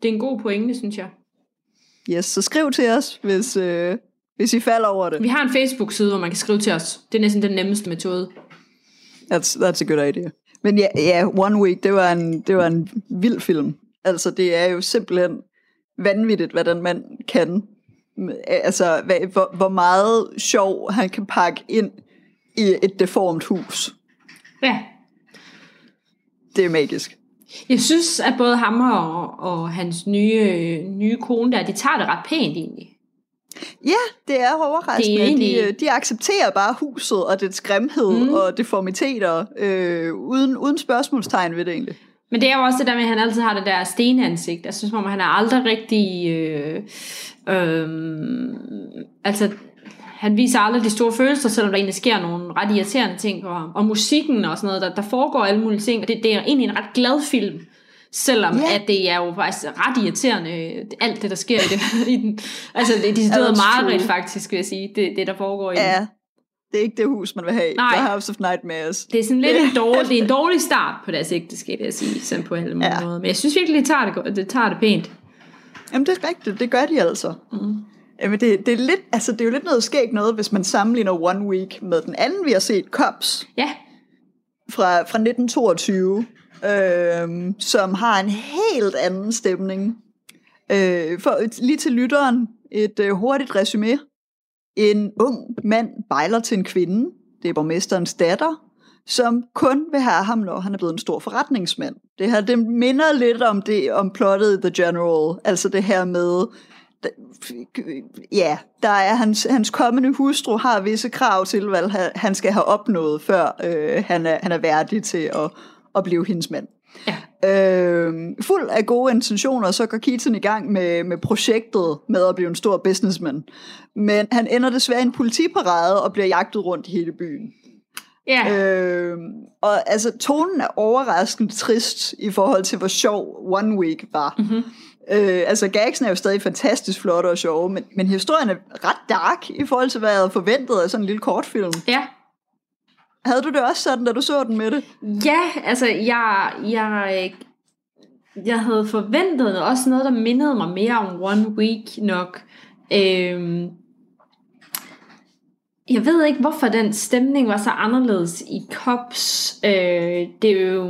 det er en god pointe, synes jeg. Yes, så skriv til os, hvis, øh, hvis I falder over det. Vi har en Facebook-side, hvor man kan skrive til os. Det er næsten den nemmeste metode. That's, that's a good idea. Men ja, ja, One Week, det var, en, det var en vild film. Altså, det er jo simpelthen vanvittigt, hvad den mand kan. Altså, hvad, hvor, hvor meget sjov han kan pakke ind i et deformt hus. Ja. Det er magisk. Jeg synes, at både ham og, og hans nye, nye kone der, de tager det ret pænt egentlig. Ja, det er overraskende. Det er egentlig... de, de accepterer bare huset og dets grimhed mm. og deformiteter, øh, uden, uden spørgsmålstegn ved det egentlig. Men det er jo også det der med, at han altid har det der stenansigt. Jeg synes, at han er aldrig rigtig... Øh, øh, altså, han viser aldrig de store følelser, selvom der egentlig sker nogle ret irriterende ting. Og, og musikken og sådan noget, der, der foregår alle mulige ting. Og det, det er egentlig en ret glad film. Selvom yeah. at det er jo faktisk ret irriterende, alt det, der sker i, det, i den. Altså, det er decideret mareridt faktisk, vil jeg sige, det, det der foregår i ja. den. Det er ikke det hus, man vil have. Nej. The House of Nightmares. Det er sådan lidt en dårlig, det er en dårlig start på deres ægteskab, vil jeg sige, sådan på alle ja. måder. Men jeg synes virkelig, det tager det, det tager det pænt. Jamen, det er rigtigt. Det gør de altså. Mm. Jamen, det, det, er lidt, altså, det er jo lidt noget skægt noget, hvis man sammenligner One Week med den anden, vi har set, Cops. Ja. Fra, fra nitten toogtyve. Øh, som har en helt anden stemning. Øh, for lige til lytteren, et øh, hurtigt resume. En ung mand bejler til en kvinde, det er borgmesterens datter, som kun vil have ham, når han er blevet en stor forretningsmand. Det her, det minder lidt om det, om plottet i The General, altså det her med, ja, der er hans, hans kommende hustru har visse krav til, hvad han skal have opnået, før øh, han, er, han er værdig til at, at blive hendes mand. Ja. Øh, fuld af gode intentioner, så går Keaton i gang med, med projektet med at blive en stor businessman. Men han ender desværre i en politiparade og bliver jagtet rundt i hele byen. Ja. Øh, og altså, tonen er overraskende trist i forhold til, hvor sjov One Week var. Mm-hmm. Øh, altså, gagsene er jo stadig fantastisk flotte og sjove, men, men historien er ret dark i forhold til, hvad jeg havde forventet af sådan en lille kortfilm. Ja. Havde du det også sådan, da du så den med det? Ja, altså, jeg, jeg, jeg havde forventet også noget, der mindede mig mere om One Week nok. Øhm, jeg ved ikke, hvorfor den stemning var så anderledes i Cops. Øh, det er jo...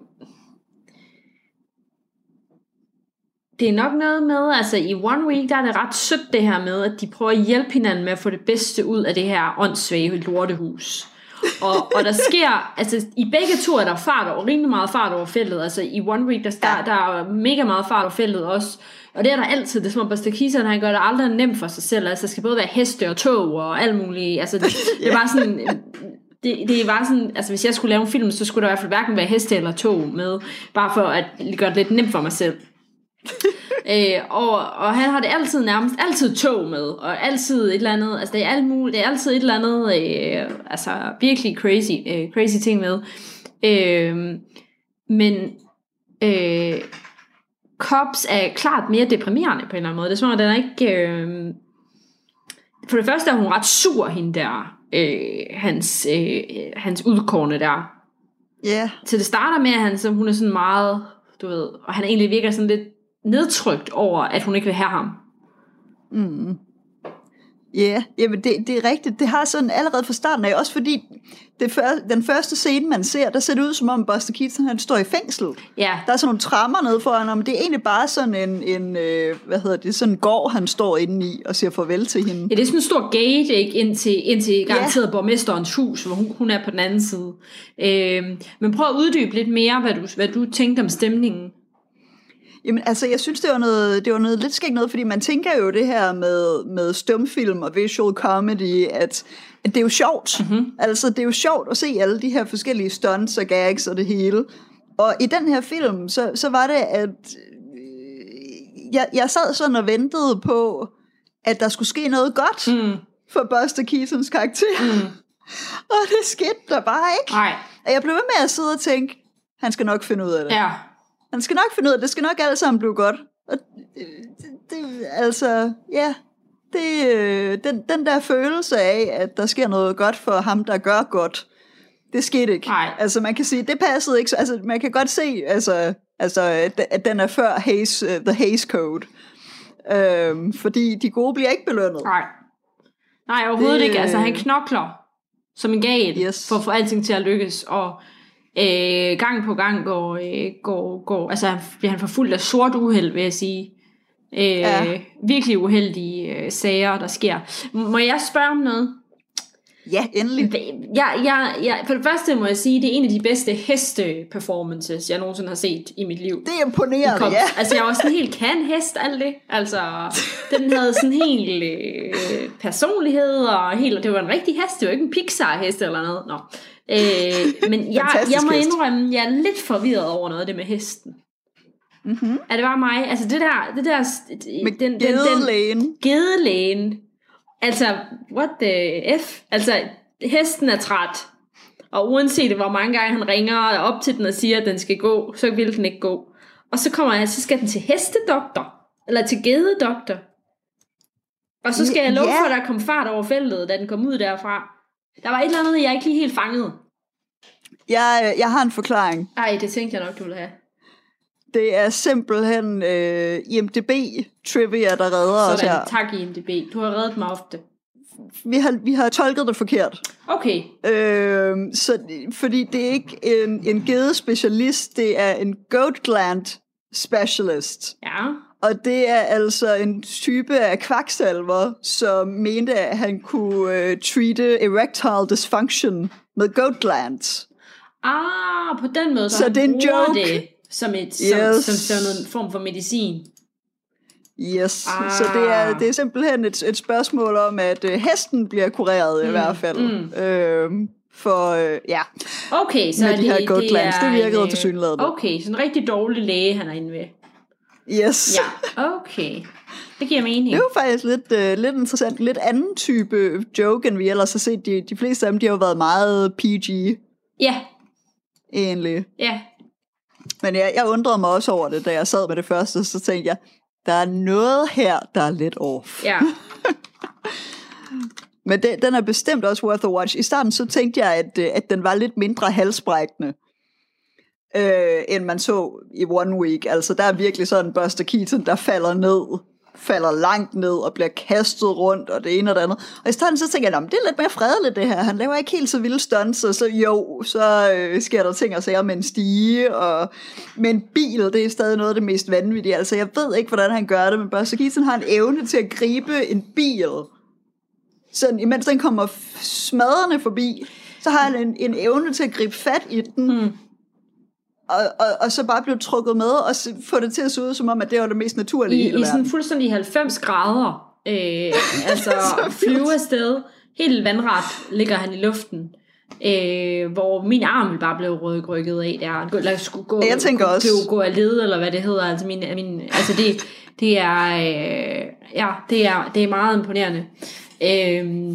Det er nok noget med, altså i One Week, der er det ret sødt det her med, at de prøver at hjælpe hinanden med at få det bedste ud af det her åndssvage lortehus. og, og der sker, altså i begge to er der fart over, rimelig meget fart over feltet. Altså i One Week, der, der, der er mega meget fart over feltet også. Og det er der altid, det er som om Buster Keaton, han gør det aldrig nemt for sig selv. Altså der skal både være heste og tog og alt muligt. Altså det, det er bare sådan... Det, det var sådan, altså hvis jeg skulle lave en film, så skulle der i hvert fald hverken være heste eller tog med, bare for at gøre det lidt nemt for mig selv. øh, og, og han har det altid nærmest altid tog med, og altid et eller andet, altså det er alt muligt, det er altid et eller andet, øh, altså virkelig crazy, øh, crazy ting med. Øh, men øh, Cops er klart mere deprimerende på en eller anden måde. Det er som om, den er ikke... Øh, for det første er hun ret sur, hende der, øh, hans, øh, hans udkårne der. Ja. Yeah. Så det starter med, at han, som hun er sådan meget, du ved, og han egentlig virker sådan lidt nedtrykt over, at hun ikke vil have ham. Mm. Ja, yeah. Jamen det, det er rigtigt. Det har sådan allerede fra starten af, også fordi det før, den første scene, man ser, der ser det ud som om Buster Keaton, han står i fængsel. Ja. Der er sådan nogle trammer nede foran ham. Det er egentlig bare sådan en, en øh, hvad hedder det, sådan en gård, han står inde i og siger farvel til hende. Ja, det er sådan en stor gate, ikke, ind til, ind til garanteret yeah. borgmesterens hus, hvor hun, hun er på den anden side. Øhm, men prøv at uddybe lidt mere, hvad du, hvad du tænkte om stemningen. Jamen, altså, jeg synes, det var noget, det var noget lidt skægt noget, fordi man tænker jo det her med, med stumfilm og visual comedy, at, at det er jo sjovt. Mm-hmm. Altså, det er jo sjovt at se alle de her forskellige stunts og gags og det hele. Og i den her film, så, så var det, at øh, jeg, jeg sad sådan og ventede på, at der skulle ske noget godt mm. for Buster Keatons karakter. Mm. Og det skete der bare ikke. Nej. Og jeg blev ved med at sidde og tænke, han skal nok finde ud af det. Ja. Han skal nok finde ud af, det skal nok alle sammen blive godt. Og det, det, altså, ja, det, den, den der følelse af, at der sker noget godt for ham, der gør godt, det skete ikke. Nej. Altså, man kan sige, det passede ikke. Altså, man kan godt se, altså, Altså, at den er før Hays, uh, The Hays Code. Øhm, fordi de gode bliver ikke belønnet. Nej. Nej, overhovedet det, ikke. Altså, han knokler som en gal yes. for at få alting til at lykkes, og øh, gang på gang går, øh, går, går altså bliver han forfulgt af sort uheld, vil jeg sige. Øh, ja. Virkelig uheldige øh, sager, der sker. Må jeg spørge om noget? Ja, endelig. Jeg, jeg, jeg, for det første må jeg sige, at det er en af de bedste heste-performances, jeg nogensinde har set i mit liv. Det er imponerende, ja. Altså, jeg var sådan helt, kan hest, alt det? Altså, den havde sådan helt øh, personlighed, og helt, det var en rigtig hest, det var ikke en Pixar-hest eller noget. Nå. Øh, men jeg, jeg må indrømme, jeg er lidt forvirret over noget af det med hesten. Mm-hmm. Er det bare mig? Altså, det der... Det der med den, gedelægen. Den, gedelægen. Altså, what the F? Altså, hesten er træt. Og uanset hvor mange gange han ringer op til den og siger, at den skal gå, så vil den ikke gå. Og så kommer jeg, så skal den til hestedoktor. Eller til gededoktor. Og så skal jeg love yeah. for, at der kom fart over feltet, da den kom ud derfra. Der var et eller andet, jeg ikke lige helt fangede. Jeg, jeg har en forklaring. Ej, det tænkte jeg nok, du ville have. Det er simpelthen øh, I M D B-trivia, der redder os her. Tak I M D B. Du har reddet mig ofte. Vi har, vi har tolket det forkert. Okay. Øh, så, fordi det er ikke en, en gedespecialist, det er en goat gland specialist. Ja. Og det er altså en type af kvaksalver, som mente, at han kunne øh, treate erectile dysfunction med goat glands. Ah, på den måde, så, så han det er en joke. Det som, et, yes. som, som, som en form for medicin. Yes, ah. så det er, det er simpelthen et, et spørgsmål om, at øh, hesten bliver kureret mm. i hvert fald. Mm. Øhm, for, øh, ja, okay, så med de det, her goat glands. Det virkede en, til synligheden. Okay, så en rigtig dårlig læge, han er inde ved. Yes. Ja, okay. Det giver mening. Det er jo faktisk lidt, øh, lidt interessant. Lidt anden type joke, end vi ellers har set. De, de fleste af dem, de har jo været meget P G. Ja. Egentlig. Ja. Men jeg, jeg undrede mig også over det, da jeg sad med det første, så tænkte jeg, der er noget her, der er lidt off. Ja. Men det, den er bestemt også worth a watch. I starten så tænkte jeg, at, at den var lidt mindre halsbrækkende, øh, end man så i One Week. Altså der er virkelig sådan Buster Keaton, der falder ned, falder langt ned og bliver kastet rundt, og det ene og det andet. Og i starten så tænker jeg, det er lidt mere fredeligt det her. Han laver ikke helt så vilde stunts, og så jo, så øh, sker der ting og sager med en stige, og med en bil, det er stadig noget af det mest vanvittige. Altså jeg ved ikke, hvordan han gør det, men Buster Keaton har en evne til at gribe en bil, sådan imens den kommer smadrende forbi, så har han en, en evne til at gribe fat i den, mm. Og, og, og så bare blive trukket med og få det til at se ud som om, at det var det mest naturlige i, i hele verden. I sådan fuldstændig halvfems grader. Øh, altså flyve afsted. Helt vandret ligger han i luften. Øh, hvor min arm bare blev rykket af der. Eller skulle gå, jeg tænker gå, også. gå af led, eller hvad det hedder. Altså, min, min, altså det, det er øh, ja, det er, det er meget imponerende. Øh,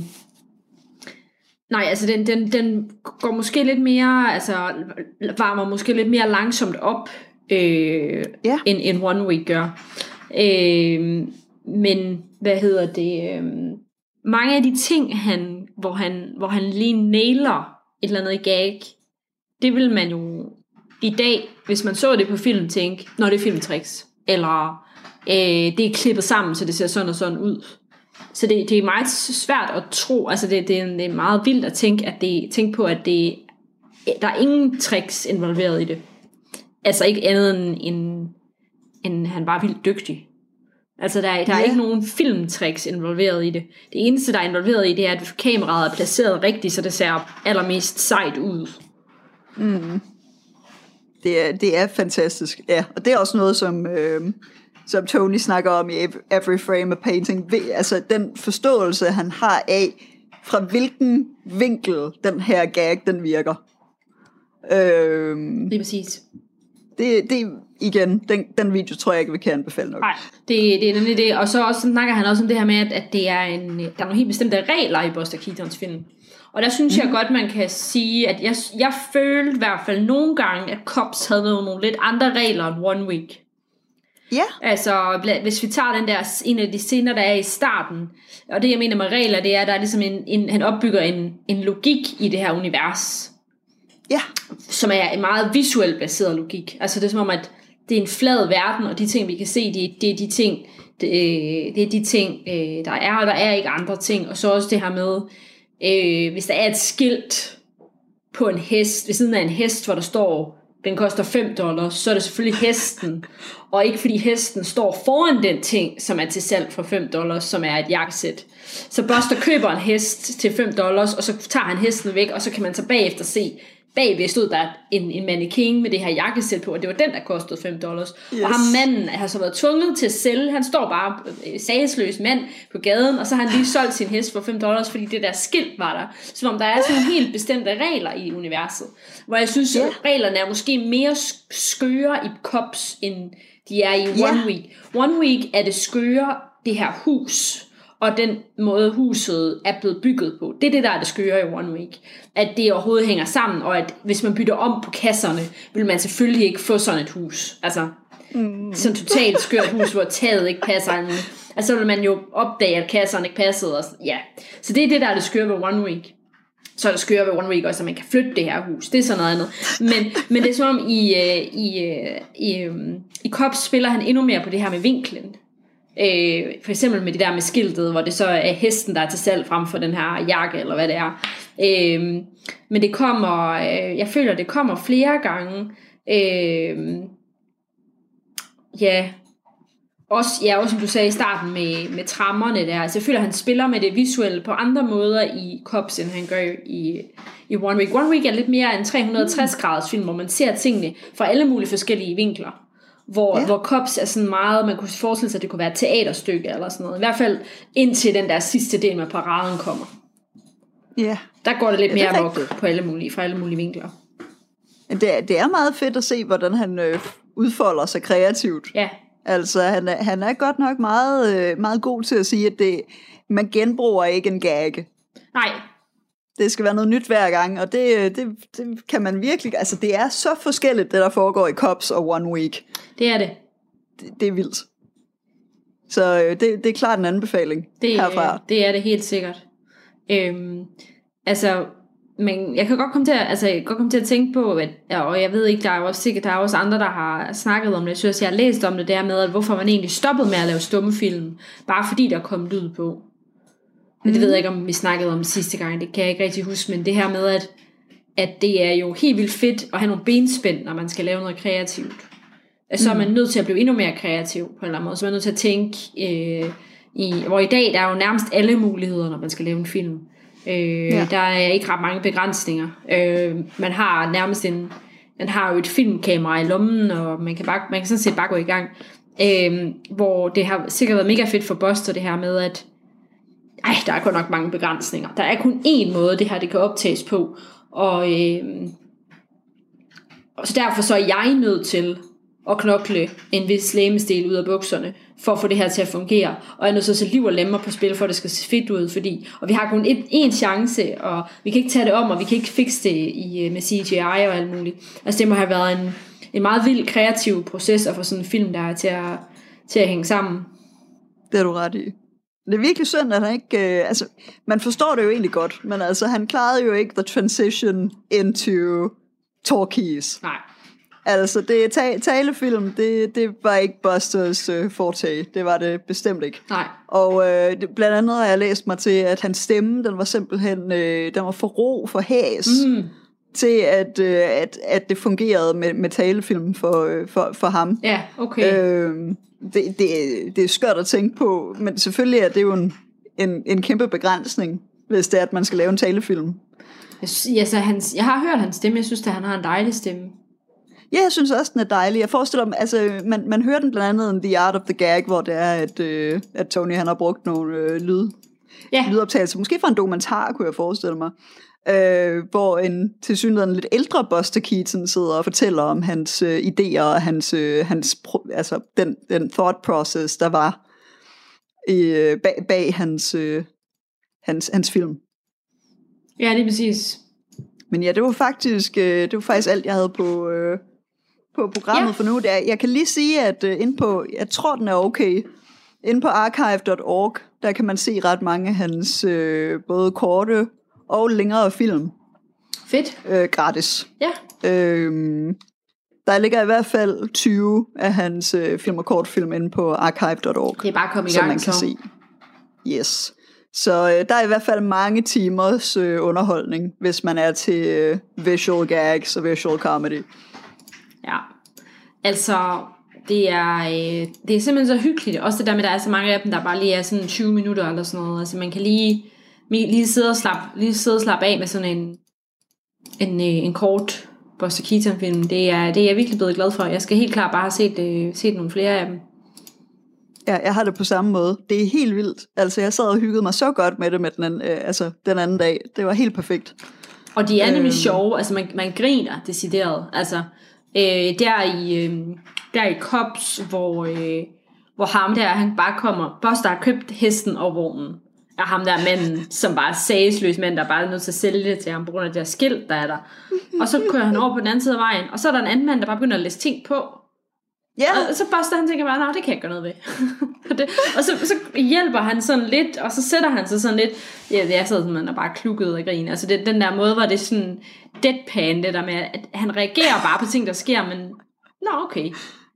Nej, altså den, den, den går måske lidt mere, altså varmer måske lidt mere langsomt op, øh, ja. end, end One Week gør. Øh, men, hvad hedder det, øh, mange af de ting, han, hvor, han, hvor han lige nailer et eller andet gag, det vil man jo i dag, hvis man så det på film, tænke, når det er filmtricks, eller øh, det er klippet sammen, så det ser sådan og sådan ud. Så det, det er meget svært at tro, altså det, det, er, det er meget vildt at tænke, at det, tænke på, at det, der er ingen tricks involveret i det. Altså ikke andet end, end, end han bare er vildt dygtig. Altså der, er, der er ja. ikke nogen filmtricks involveret i det. Det eneste, der er involveret i det, er, at kameraet er placeret rigtigt, så det ser allermest sejt ud. Mm. Det, er, det er fantastisk, ja. Og det er også noget, som... Øh... som Tony snakker om i Every Frame a Painting, altså den forståelse, han har af, fra hvilken vinkel den her gag, den virker. Øhm, det er præcis. Det, det igen, den, den video tror jeg ikke, vi kan anbefale nok. Nej, det, det er nemlig det. Og så også, snakker han også om det her med, at, at det er en, der er nogle helt bestemte regler i Buster Keatons film. Og der synes mm. jeg godt, man kan sige, at jeg, jeg følte i hvert fald nogle gange, at Cops havde nogle lidt andre regler end One Week. Ja. Altså, hvis vi tager den der, en af de scener, der er i starten, og det jeg mener med regler, det er, at der er ligesom en, en, han opbygger en, en logik i det her univers. Ja. Som er en meget visuelt baseret logik. Altså det er som om, at det er en flad verden, og de ting, vi kan se, det, det er de ting, det, det er de ting, øh, der er, og der er ikke andre ting. Og så også det her med, øh, hvis der er et skilt på en hest, ved siden af en hest, hvor der står, den koster fem dollars, så er det selvfølgelig hesten, og ikke fordi hesten står foran den ting, som er til salg for fem dollars, som er et jakkesæt. Så Buster køber en hest til fem dollars, og så tager han hesten væk, og så kan man så bagefter se, bagved stod der en, en mannequin med det her jakkesæt på, og det var den, der kostede fem dollars. Yes. Og ham manden har så været tvunget til at sælge, han står bare sagsløs mand på gaden, og så har han lige solgt sin hest for fem dollars, fordi det der skilt var der. Som om der er sådan nogle helt bestemte regler i universet. Hvor jeg synes, yeah. at reglerne er måske mere skøre i Cops, end de er i One yeah. Week. One Week er det skøre, det her hus, og den måde huset er blevet bygget på. Det er det, der er det skøre i One Week. At det overhovedet hænger sammen, og at hvis man bytter om på kasserne, vil man selvfølgelig ikke få sådan et hus. Altså, mm. sådan et totalt skørt hus, hvor taget ikke passer. Altså, så vil man jo opdage, at kasserne ikke passede. Og, ja. Så det er det, der er det skøre ved One Week. Så er det skøre ved One Week også, at man kan flytte det her hus. Det er sådan noget andet. Men, men det er som om, i, i, i, i Cops spiller han endnu mere på det her med vinklen. Øh, for eksempel med det der med skiltet, hvor det så er hesten, der er til salg frem for den her jakke, eller hvad det er. Øh, men det kommer, øh, jeg føler, det kommer flere gange. Øh, ja, også, ja, også som du sagde i starten med, med trammerne der. Altså jeg føler, han spiller med det visuelle på andre måder i Cops, end han gør i, i One Week. One Week er lidt mere en tre hundrede og tres graders film, hvor man ser tingene fra alle mulige forskellige vinkler. Hvor, ja. hvor Cops er sådan meget, man kunne forestille sig, at det kunne være et teaterstykke eller sådan noget. I hvert fald indtil den der sidste del med paraden kommer. Ja. Der går det lidt ja, mere amok på alle mulige, fra alle mulige vinkler. Det er, det er meget fedt at se, hvordan han øh, udfolder sig kreativt. Ja. Altså, han er, han er godt nok meget, øh, meget god til at sige, at det, man genbruger ikke en gag. Nej. Det skal være noget nyt hver gang, og det, det, det kan man virkelig... Altså, det er så forskelligt, det der foregår i Cops og One Week. Det er det. Det, det er vildt. Så øh, det, det er klart en anbefaling det, herfra. Det er det helt sikkert. Øhm, altså, men jeg kan godt komme til at, altså, jeg kan godt komme til at tænke på, at, og jeg ved ikke, der er også sikkert, der er også andre, der har snakket om det. Jeg synes, jeg har læst om det der med, at hvorfor man egentlig stoppede med at lave stummefilm, bare fordi der kom lyd på. Men det ved jeg ikke, om vi snakkede om sidste gang. Det kan jeg ikke rigtig huske. Men det her med, at, at det er jo helt vildt fedt at have nogle benspænd, når man skal lave noget kreativt. Så er man nødt til at blive endnu mere kreativ på en eller anden måde. Så er man nødt til at tænke, øh, i, hvor i dag der er jo nærmest alle muligheder, når man skal lave en film. Øh, ja. Der er ikke ret mange begrænsninger. Øh, man har nærmest en, man har jo et filmkamera i lommen, og man kan, bare, man kan sådan set bare gå i gang. Øh, hvor det har sikkert været mega fedt for Buster, det her med, at ej, der er kun nok mange begrænsninger. Der er kun én måde, det her det kan optages på. Og, øh, og så derfor så er jeg nødt til at knokle en vis lægemestil ud af bukserne, for at få det her til at fungere. Og jeg er nødt til at sætte liv og lemmer på spil, for at det skal se fedt ud. Fordi, og vi har kun et, én chance, og vi kan ikke tage det om, og vi kan ikke fikse det i, med C G I og alt muligt. Altså det må have været en, en meget vild kreativ proces at få sådan en film, der er til at, til at hænge sammen. Det er du ret i. Det er virkelig synd, at han ikke... Øh, altså, man forstår det jo egentlig godt, men altså, han klarede jo ikke the transition into talkies. Nej. Altså, det ta- talefilm, det, det var ikke Busters øh, fortag. Det var det bestemt ikke. Nej. Og øh, det, blandt andet har jeg læst mig til, at hans stemme, den var simpelthen... Øh, den var for ro, for hæs, mm. til at, øh, at, at det fungerede med, med talefilm for, øh, for, for ham. Ja, okay. Øh, Det, det, det er skørt at tænke på, men selvfølgelig er det jo en, en, en kæmpe begrænsning, hvis det er, at man skal lave en talefilm. Jeg, ja, så hans, jeg har hørt hans stemme, jeg synes, at han har en dejlig stemme. Ja, jeg synes også, den er dejlig. Jeg forestiller mig, altså, man, man hører den blandt andet i The Art of the Gag, hvor det er, at, øh, at Tony han har brugt nogle øh, lyd, ja. lydoptagelser. Måske fra en dokumentar, kunne jeg forestille mig. Øh, hvor en tilsyneladende lidt ældre Buster Keaton sidder og fortæller om hans øh, idéer og hans, øh, hans pro, altså den, den thought process, der var i, øh, bag, bag hans, øh, hans, hans film. Ja, det er præcis. Men ja, det var faktisk, øh, det var faktisk alt, jeg havde på, øh, på programmet ja. for nu. Er, jeg kan lige sige, at øh, inde på, jeg tror, den er okay, inde på archive punktum org, der kan man se ret mange af hans øh, både korte og længere film. Fedt. Øh, gratis. Ja. Øhm, Der ligger i hvert fald tyve af hans øh, film og kortfilm inde på archive punktum org. Det er bare at komme i som gang, man kan så. se. Yes. Så øh, der er i hvert fald mange timers øh, underholdning, hvis man er til øh, visual gags og visual comedy. Ja, altså det er, øh, det er simpelthen så hyggeligt. Også det der med, at der er så mange af dem, der bare lige er sådan tyve minutter eller sådan noget. Altså man kan lige, lige sidde og slappe, lige sidde og slappe af med sådan en, en, øh, en kort Buster Keaton-film. Det er, det er jeg virkelig blevet glad for. Jeg skal helt klart bare have set, øh, set nogle flere af dem. Ja, jeg har det på samme måde. Det er helt vildt. Altså, jeg sad og hyggede mig så godt med det med den anden, øh, altså, den anden dag. Det var helt perfekt. Og de er nemlig Øhm. sjove. Altså, man, man griner decideret. Altså, øh, der i, øh, der i Cops, hvor, øh, hvor ham der, han bare kommer. Buster har købt hesten og vognen. Og ham der manden, som bare er sagesløs mand, der bare er nødt til at sælge det til ham, på grund af det her skilt, der er der. Og så kører han over på den anden side af vejen. Og så er der en anden mand, der bare begynder at læse ting på. Ja. Og så Buster han tænker bare, nej, det kan jeg ikke gøre noget ved. det, og så, så hjælper han sådan lidt, og så sætter han sig sådan lidt, ja, det er sådan, at man er bare klukket og griner. Altså det, den der måde, hvor det er sådan deadpan, det der med, at han reagerer bare på ting, der sker, men nå, okay.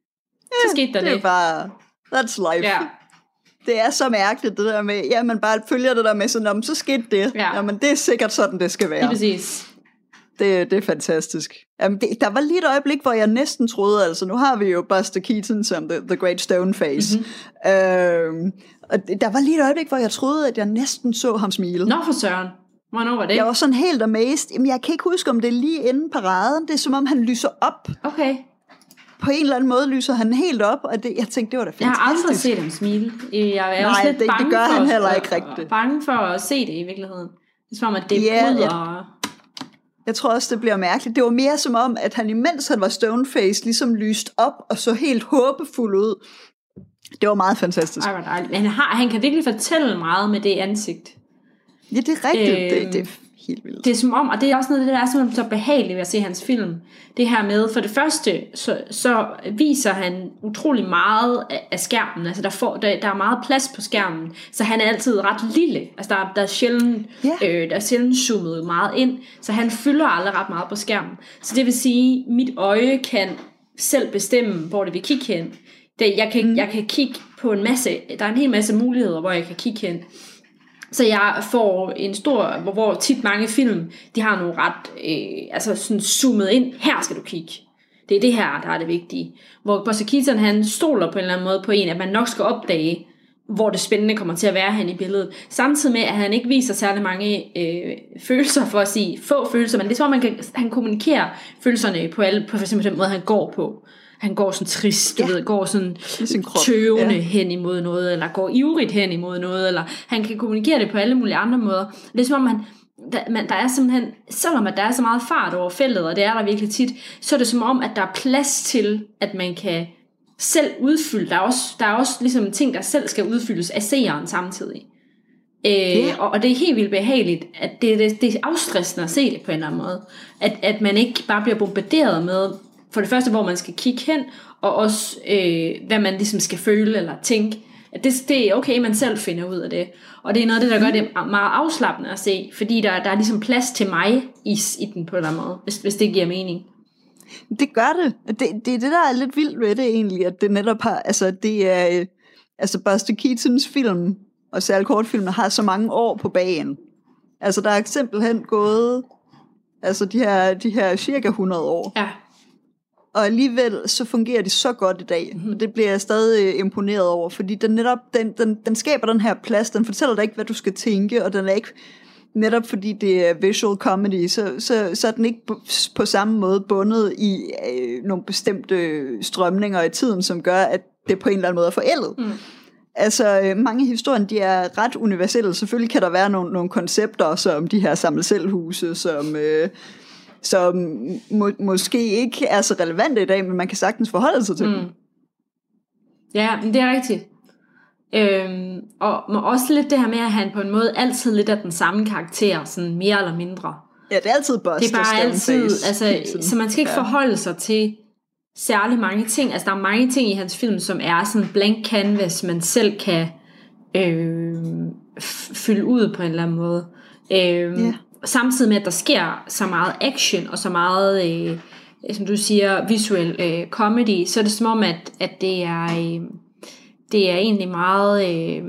Så skete der det. Det det. er bare, that's life. Ja. Det er så mærkeligt, det der med, ja, man bare følger det der med sådan, om så skete det. Ja. Jamen, det er sikkert sådan, det skal være. Lige præcis. Det, det er fantastisk. Jamen, det, der var lige et øjeblik, hvor jeg næsten troede, altså nu har vi jo Buster Keaton som The, the Great Stone Face. Mm-hmm. Øhm, og der var lige et øjeblik, hvor jeg troede, at jeg næsten så ham smile. Nå for søren. Hvornår var det? Jeg var sådan helt amazed. Jamen, jeg kan ikke huske, om det er lige inden paraden. Det er som om, han lyser op. Okay. På en eller anden måde lyser han helt op, og det, jeg tænkte, det var da fantastisk. Jeg har aldrig set ham smile. Jeg er Nej, også lidt det, bange det gør for, han at- heller ikke rigtigt. bange for at se det i virkeligheden. Det er som om, at det Ja, bryder. Jeg tror også, det bliver mærkeligt. Det var mere som om, at han imens han var stoneface, ligesom lyst op og så helt håbefuld ud. Det var meget fantastisk. Ej, hvor dejligt. Men han, har, han kan virkelig fortælle meget med det ansigt. Ja, det er rigtigt. Øhm, det, det er helt vildt. Det er som om, og det er også noget af det, der er simpelthen så behageligt ved at se hans film. Det her med, for det første, så, så viser han utrolig meget af, af skærmen. Altså der, får, der, der er meget plads på skærmen, så han er altid ret lille. Altså der, der er sjældent, Ja. øh, der er sjældent zoomet meget ind, så han fylder aldrig ret meget på skærmen. Så det vil sige, at mit øje kan selv bestemme, hvor det vil kigge hen. Det, jeg, kan, mm. jeg kan kigge på en masse, der er en hel masse muligheder, hvor jeg kan kigge hen. Så jeg får en stor, hvor, hvor tit mange film, de har nogle ret, øh, altså sådan zoomet ind, her skal du kigge. Det er det her, der er det vigtige. Hvor Buster Keaton, han stoler på en eller anden måde på en, at man nok skal opdage, hvor det spændende kommer til at være hen i billedet. Samtidig med, at han ikke viser særlig mange øh, følelser, for at sige få følelser, men det er som om, man kan, han kommunikerer følelserne på, alle, på for eksempel den måde, han går på. Han går sådan trist, du Ja. ved, går sådan sin krop. tøvende Ja. hen imod noget, eller går ivrigt hen imod noget, eller han kan kommunikere det på alle mulige andre måder. Det er som om, man, der, man, der er simpelthen, selvom at der er så meget fart over feltet, og det er der virkelig tit, så er det som om, at der er plads til, at man kan selv udfylde. Der er også, der er også ligesom ting, der selv skal udfyldes af seeren samtidig. Øh, Ja. og, og det er helt vildt behageligt, at det, det, det er afstressende at se det på en eller anden måde. At, at man ikke bare bliver bombarderet med, for det første, hvor man skal kigge hen, og også, øh, hvad man ligesom skal føle eller tænke. At det, det er okay, man selv finder ud af det. Og det er noget af det, der gør det meget afslappende at se, fordi der, der er ligesom plads til mig i, i den på en eller anden måde, hvis, hvis det giver mening. Det gør det. det. Det er det, der er lidt vildt ved det egentlig, at det netop har, altså det er, øh, altså Buster Keatons film, og særligt kortfilmer, har så mange år på bagen. Altså der er simpelthen gået, altså de her, de her cirka hundrede år. Ja. Og alligevel så fungerer de så godt i dag. Mhm. Og det bliver jeg stadig imponeret over, fordi den netop, den, den, den skaber den her plads, den fortæller dig ikke, hvad du skal tænke, og den er ikke, netop fordi det er visual comedy, så, så, så er den ikke på, på samme måde bundet i øh, nogle bestemte strømninger i tiden, som gør, at det på en eller anden måde er forældet. Mm. Altså, øh, mange historier, de er ret universelle. Selvfølgelig kan der være nogle, nogle koncepter, som de her samle-selv-huse, som... Øh, som må, måske ikke er så relevante i dag, men man kan sagtens forholde sig til mm. dem. Ja, men det er rigtigt. Øhm, og men også lidt det her med, at han på en måde altid lidt er den samme karakter, sådan mere eller mindre. Ja, det er altid Buster. Det er bare altid, Stoneface. altså, så man skal ikke Ja. forholde sig til særlig mange ting. Altså, der er mange ting i hans film, som er sådan blank canvas, man selv kan øh, f- fylde ud på en eller anden måde. Øh, Ja. Samtidig med, at der sker så meget action og så meget øh, som du siger, visuel øh, comedy, så er det som om, at, at det er øh, det er egentlig meget øh,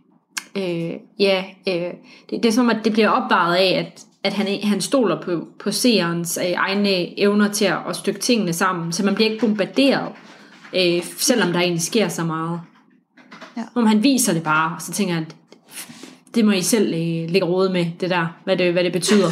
øh, ja, øh, det, det er som om, at det bliver opvejet af, at, at han, han stoler på, på seerens øh, egne evner til at, at stykke tingene sammen, så man bliver ikke bombarderet, øh, selvom der egentlig sker så meget. Ja. Om han viser det bare, så tænker jeg, det må I selv øh, lægge råd med, det der, hvad det, hvad det betyder.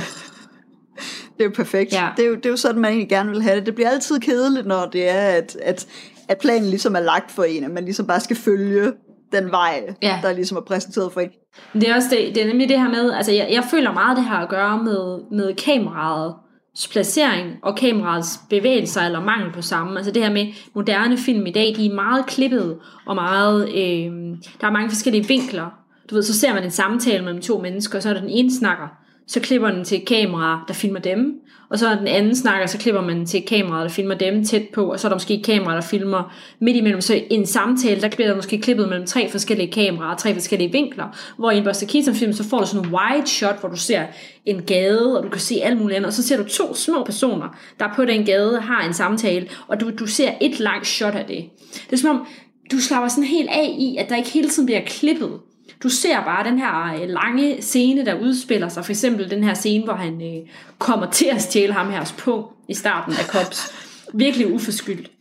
Det er jo perfekt. Ja. Det, er jo, det er jo sådan, man egentlig gerne vil have det. Det bliver altid kedeligt, når det er, at, at, at planen ligesom er lagt for en, at man ligesom bare skal følge den vej, ja. der ligesom er præsenteret for en. Det er også det, det er nemlig det her med, altså jeg, jeg føler meget det her at gøre med, med kameraets placering og kameraets bevægelser eller mangel på samme. Altså det her med moderne film i dag, de er meget klippede og meget, øh, der er mange forskellige vinkler. Du ved, så ser man en samtale mellem to mennesker, og så er der den ene snakker, så klipper den til et kamera, der filmer dem, og så er den anden snakker, så klipper man til et kamera, der filmer dem tæt på, og så er der måske et kamera, der filmer midt imellem. Så i en samtale, der bliver der måske klippet mellem tre forskellige kameraer, tre forskellige vinkler, hvor i en Buster Keaton-film, så får du sådan en wide shot, hvor du ser en gade, og du kan se alt muligt andet, og så ser du to små personer, der på den gade har en samtale, og du, du ser et langt shot af det. Det er som om, du slapper sådan helt af i, at der ikke hele tiden bliver klippet. Du ser bare den her lange scene, der udspiller sig. For eksempel den her scene, hvor han øh, kommer til at stjæle ham her på i starten af Cops. Virkelig uforskyldt.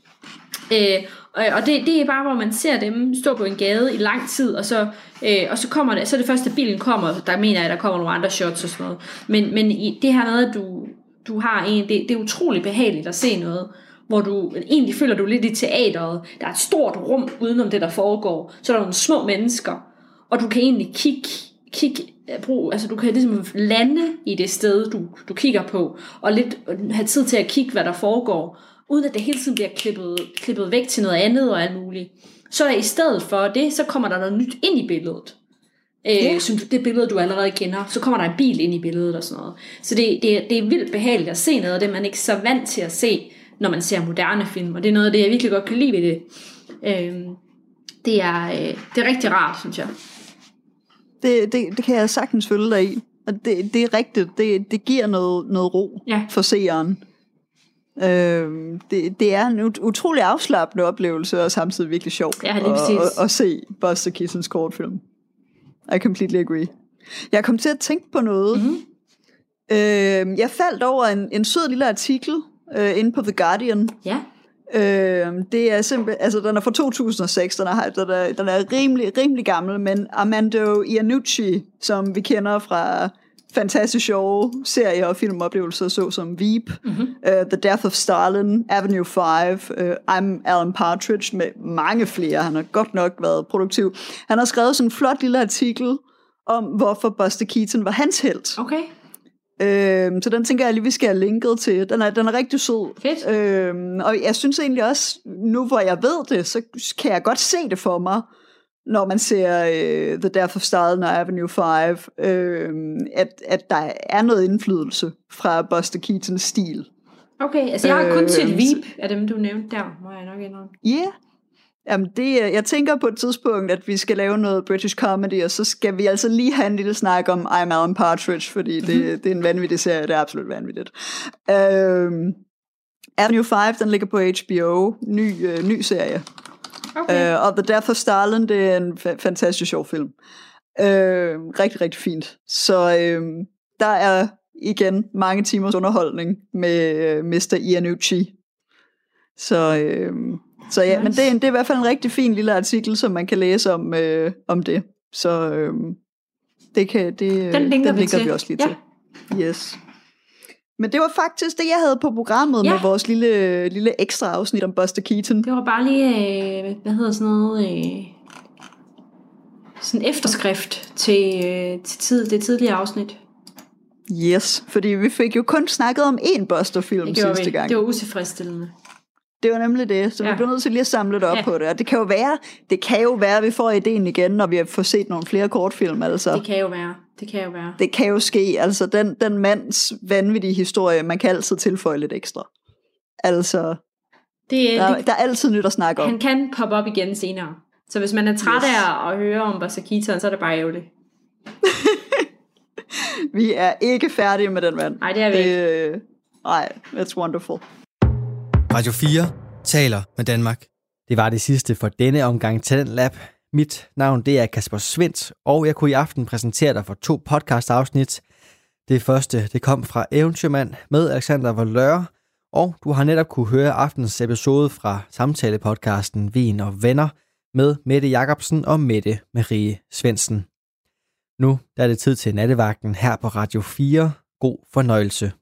Øh, og og det, det er bare, hvor man ser dem stå på en gade i lang tid, og så, øh, og så kommer det, så er det første, bilen kommer, der mener jeg, at der kommer nogle andre shots og sådan noget. Men, men i det her noget, du, du har en, det, det er utrolig behageligt at se noget, hvor du egentlig føler, du er lidt i teateret. Der er et stort rum udenom det, der foregår. Så er der nogle små mennesker, og du kan egentlig kigge, kigge brug, altså du kan ligesom lande i det sted, du, du kigger på, og lidt have tid til at kigge, hvad der foregår, uden at det hele tiden bliver klippet, klippet væk til noget andet og alt muligt. Så i stedet for det, så kommer der noget nyt ind i billedet. Yeah. Øh, som det billede, du allerede kender. Så kommer der en bil ind i billedet og sådan noget. Så det, det, det er vildt behageligt at se noget af det, man ikke er så vant til at se, når man ser moderne film. Og det er noget af det, jeg virkelig godt kan lide ved det. Øh, det, er, øh, det er rigtig rart, synes jeg. Det, det, det kan jeg sagtens følge dig i. Og det, det er rigtigt. Det, det giver noget, noget ro ja. for seeren. Øhm, det, det er en utrolig afslappende oplevelse, og samtidig virkelig sjovt ja, at, at, at se Buster Keatons kortfilm. I completely agree. Jeg kom til at tænke på noget. Mm-hmm. Øhm, jeg faldt over en, en sød lille artikel øh, inde på The Guardian. Ja. Øhm, det er simpelthen, altså den er fra to tusind og seks, den er, den er, den er rimelig, rimelig gammel, men Armando Iannucci, som vi kender fra fantastisk sjove serier og filmoplevelser, så som Veep, mm-hmm. uh, The Death of Stalin, Avenue five, uh, I'm Alan Partridge, med mange flere. Han har godt nok været produktiv. Han har skrevet sådan en flot lille artikel om, hvorfor Buster Keaton var hans helt. Okay. Øhm, så den tænker jeg lige, vi skal have linket til. Den er, den er rigtig sød. Fedt. Øhm, og jeg synes egentlig også, nu hvor jeg ved det, så kan jeg godt se det for mig, når man ser uh, The Death of Stalin og Avenue five, øh, at, at der er noget indflydelse fra Buster Keatons stil. Okay, altså jeg har kun set Veep af dem, du nævnte der, må jeg nok indrømme. Ja, yeah. Jamen det, jeg tænker på et tidspunkt, at vi skal lave noget British comedy, og så skal vi altså lige have en lille snak om I'm Alan Partridge, fordi det, mm-hmm. det er en vanvittig serie, det er absolut vanvittigt. Uh, Avenue five, den ligger på H B O, ny, uh, ny serie. Okay. Uh, og The Death of Stalin, det er en fa- fantastisk sjov film. Uh, rigtig, rigtig fint. Så uh, der er igen mange timers underholdning med uh, mister Iannucci. Så, uh, så ja, nice. Men det er, det er i hvert fald en rigtig fin lille artikel, som man kan læse om, uh, om det. Så uh, det kan, det, den linker, den vi, linker til. vi også lige ja. til. Yes. Men det var faktisk det, jeg havde på programmet ja. med vores lille, lille ekstra afsnit om Buster Keaton. Det var bare lige, øh, hvad hedder sådan noget, øh, sådan en efterskrift til, øh, til tid, det tidligere afsnit. Yes, fordi vi fik jo kun snakket om én Buster-film sidste vi. gang. Det var utilfredsstillende. Det var nemlig det, så ja. vi bliver nødt til lige at samle det op ja. på det. Og det kan jo være, det kan jo være, at vi får ideen igen, når vi har fået set nogle flere kortfilm. Altså. Det kan jo være. Det kan jo være. Det kan jo ske. Altså den, den mands vanvittige historie, man kan altid tilføje lidt ekstra. Altså, det, der, det, der er altid nyt at snakke om. Han kan poppe op igen senere. Så hvis man er træt yes. af at høre om Buster Keaton, så er det bare ærgerligt. Vi er ikke færdige med den mand. Nej, det er vi det, ikke. Nej, it's wonderful. Radio fire taler med Danmark. Det var det sidste for denne omgang Talentlab. Mit navn det er Kasper Svendt, og jeg kunne i aften præsentere dig for to podcast-afsnit. Det første det kom fra Eventyrmand med Alexander Valeur, og du har netop kunne høre aftens episode fra samtalepodcasten Vin og Venner med Mette Jacobsen og Mette Marie Svendsen. Nu der er det tid til nattevagten her på Radio fire. God fornøjelse.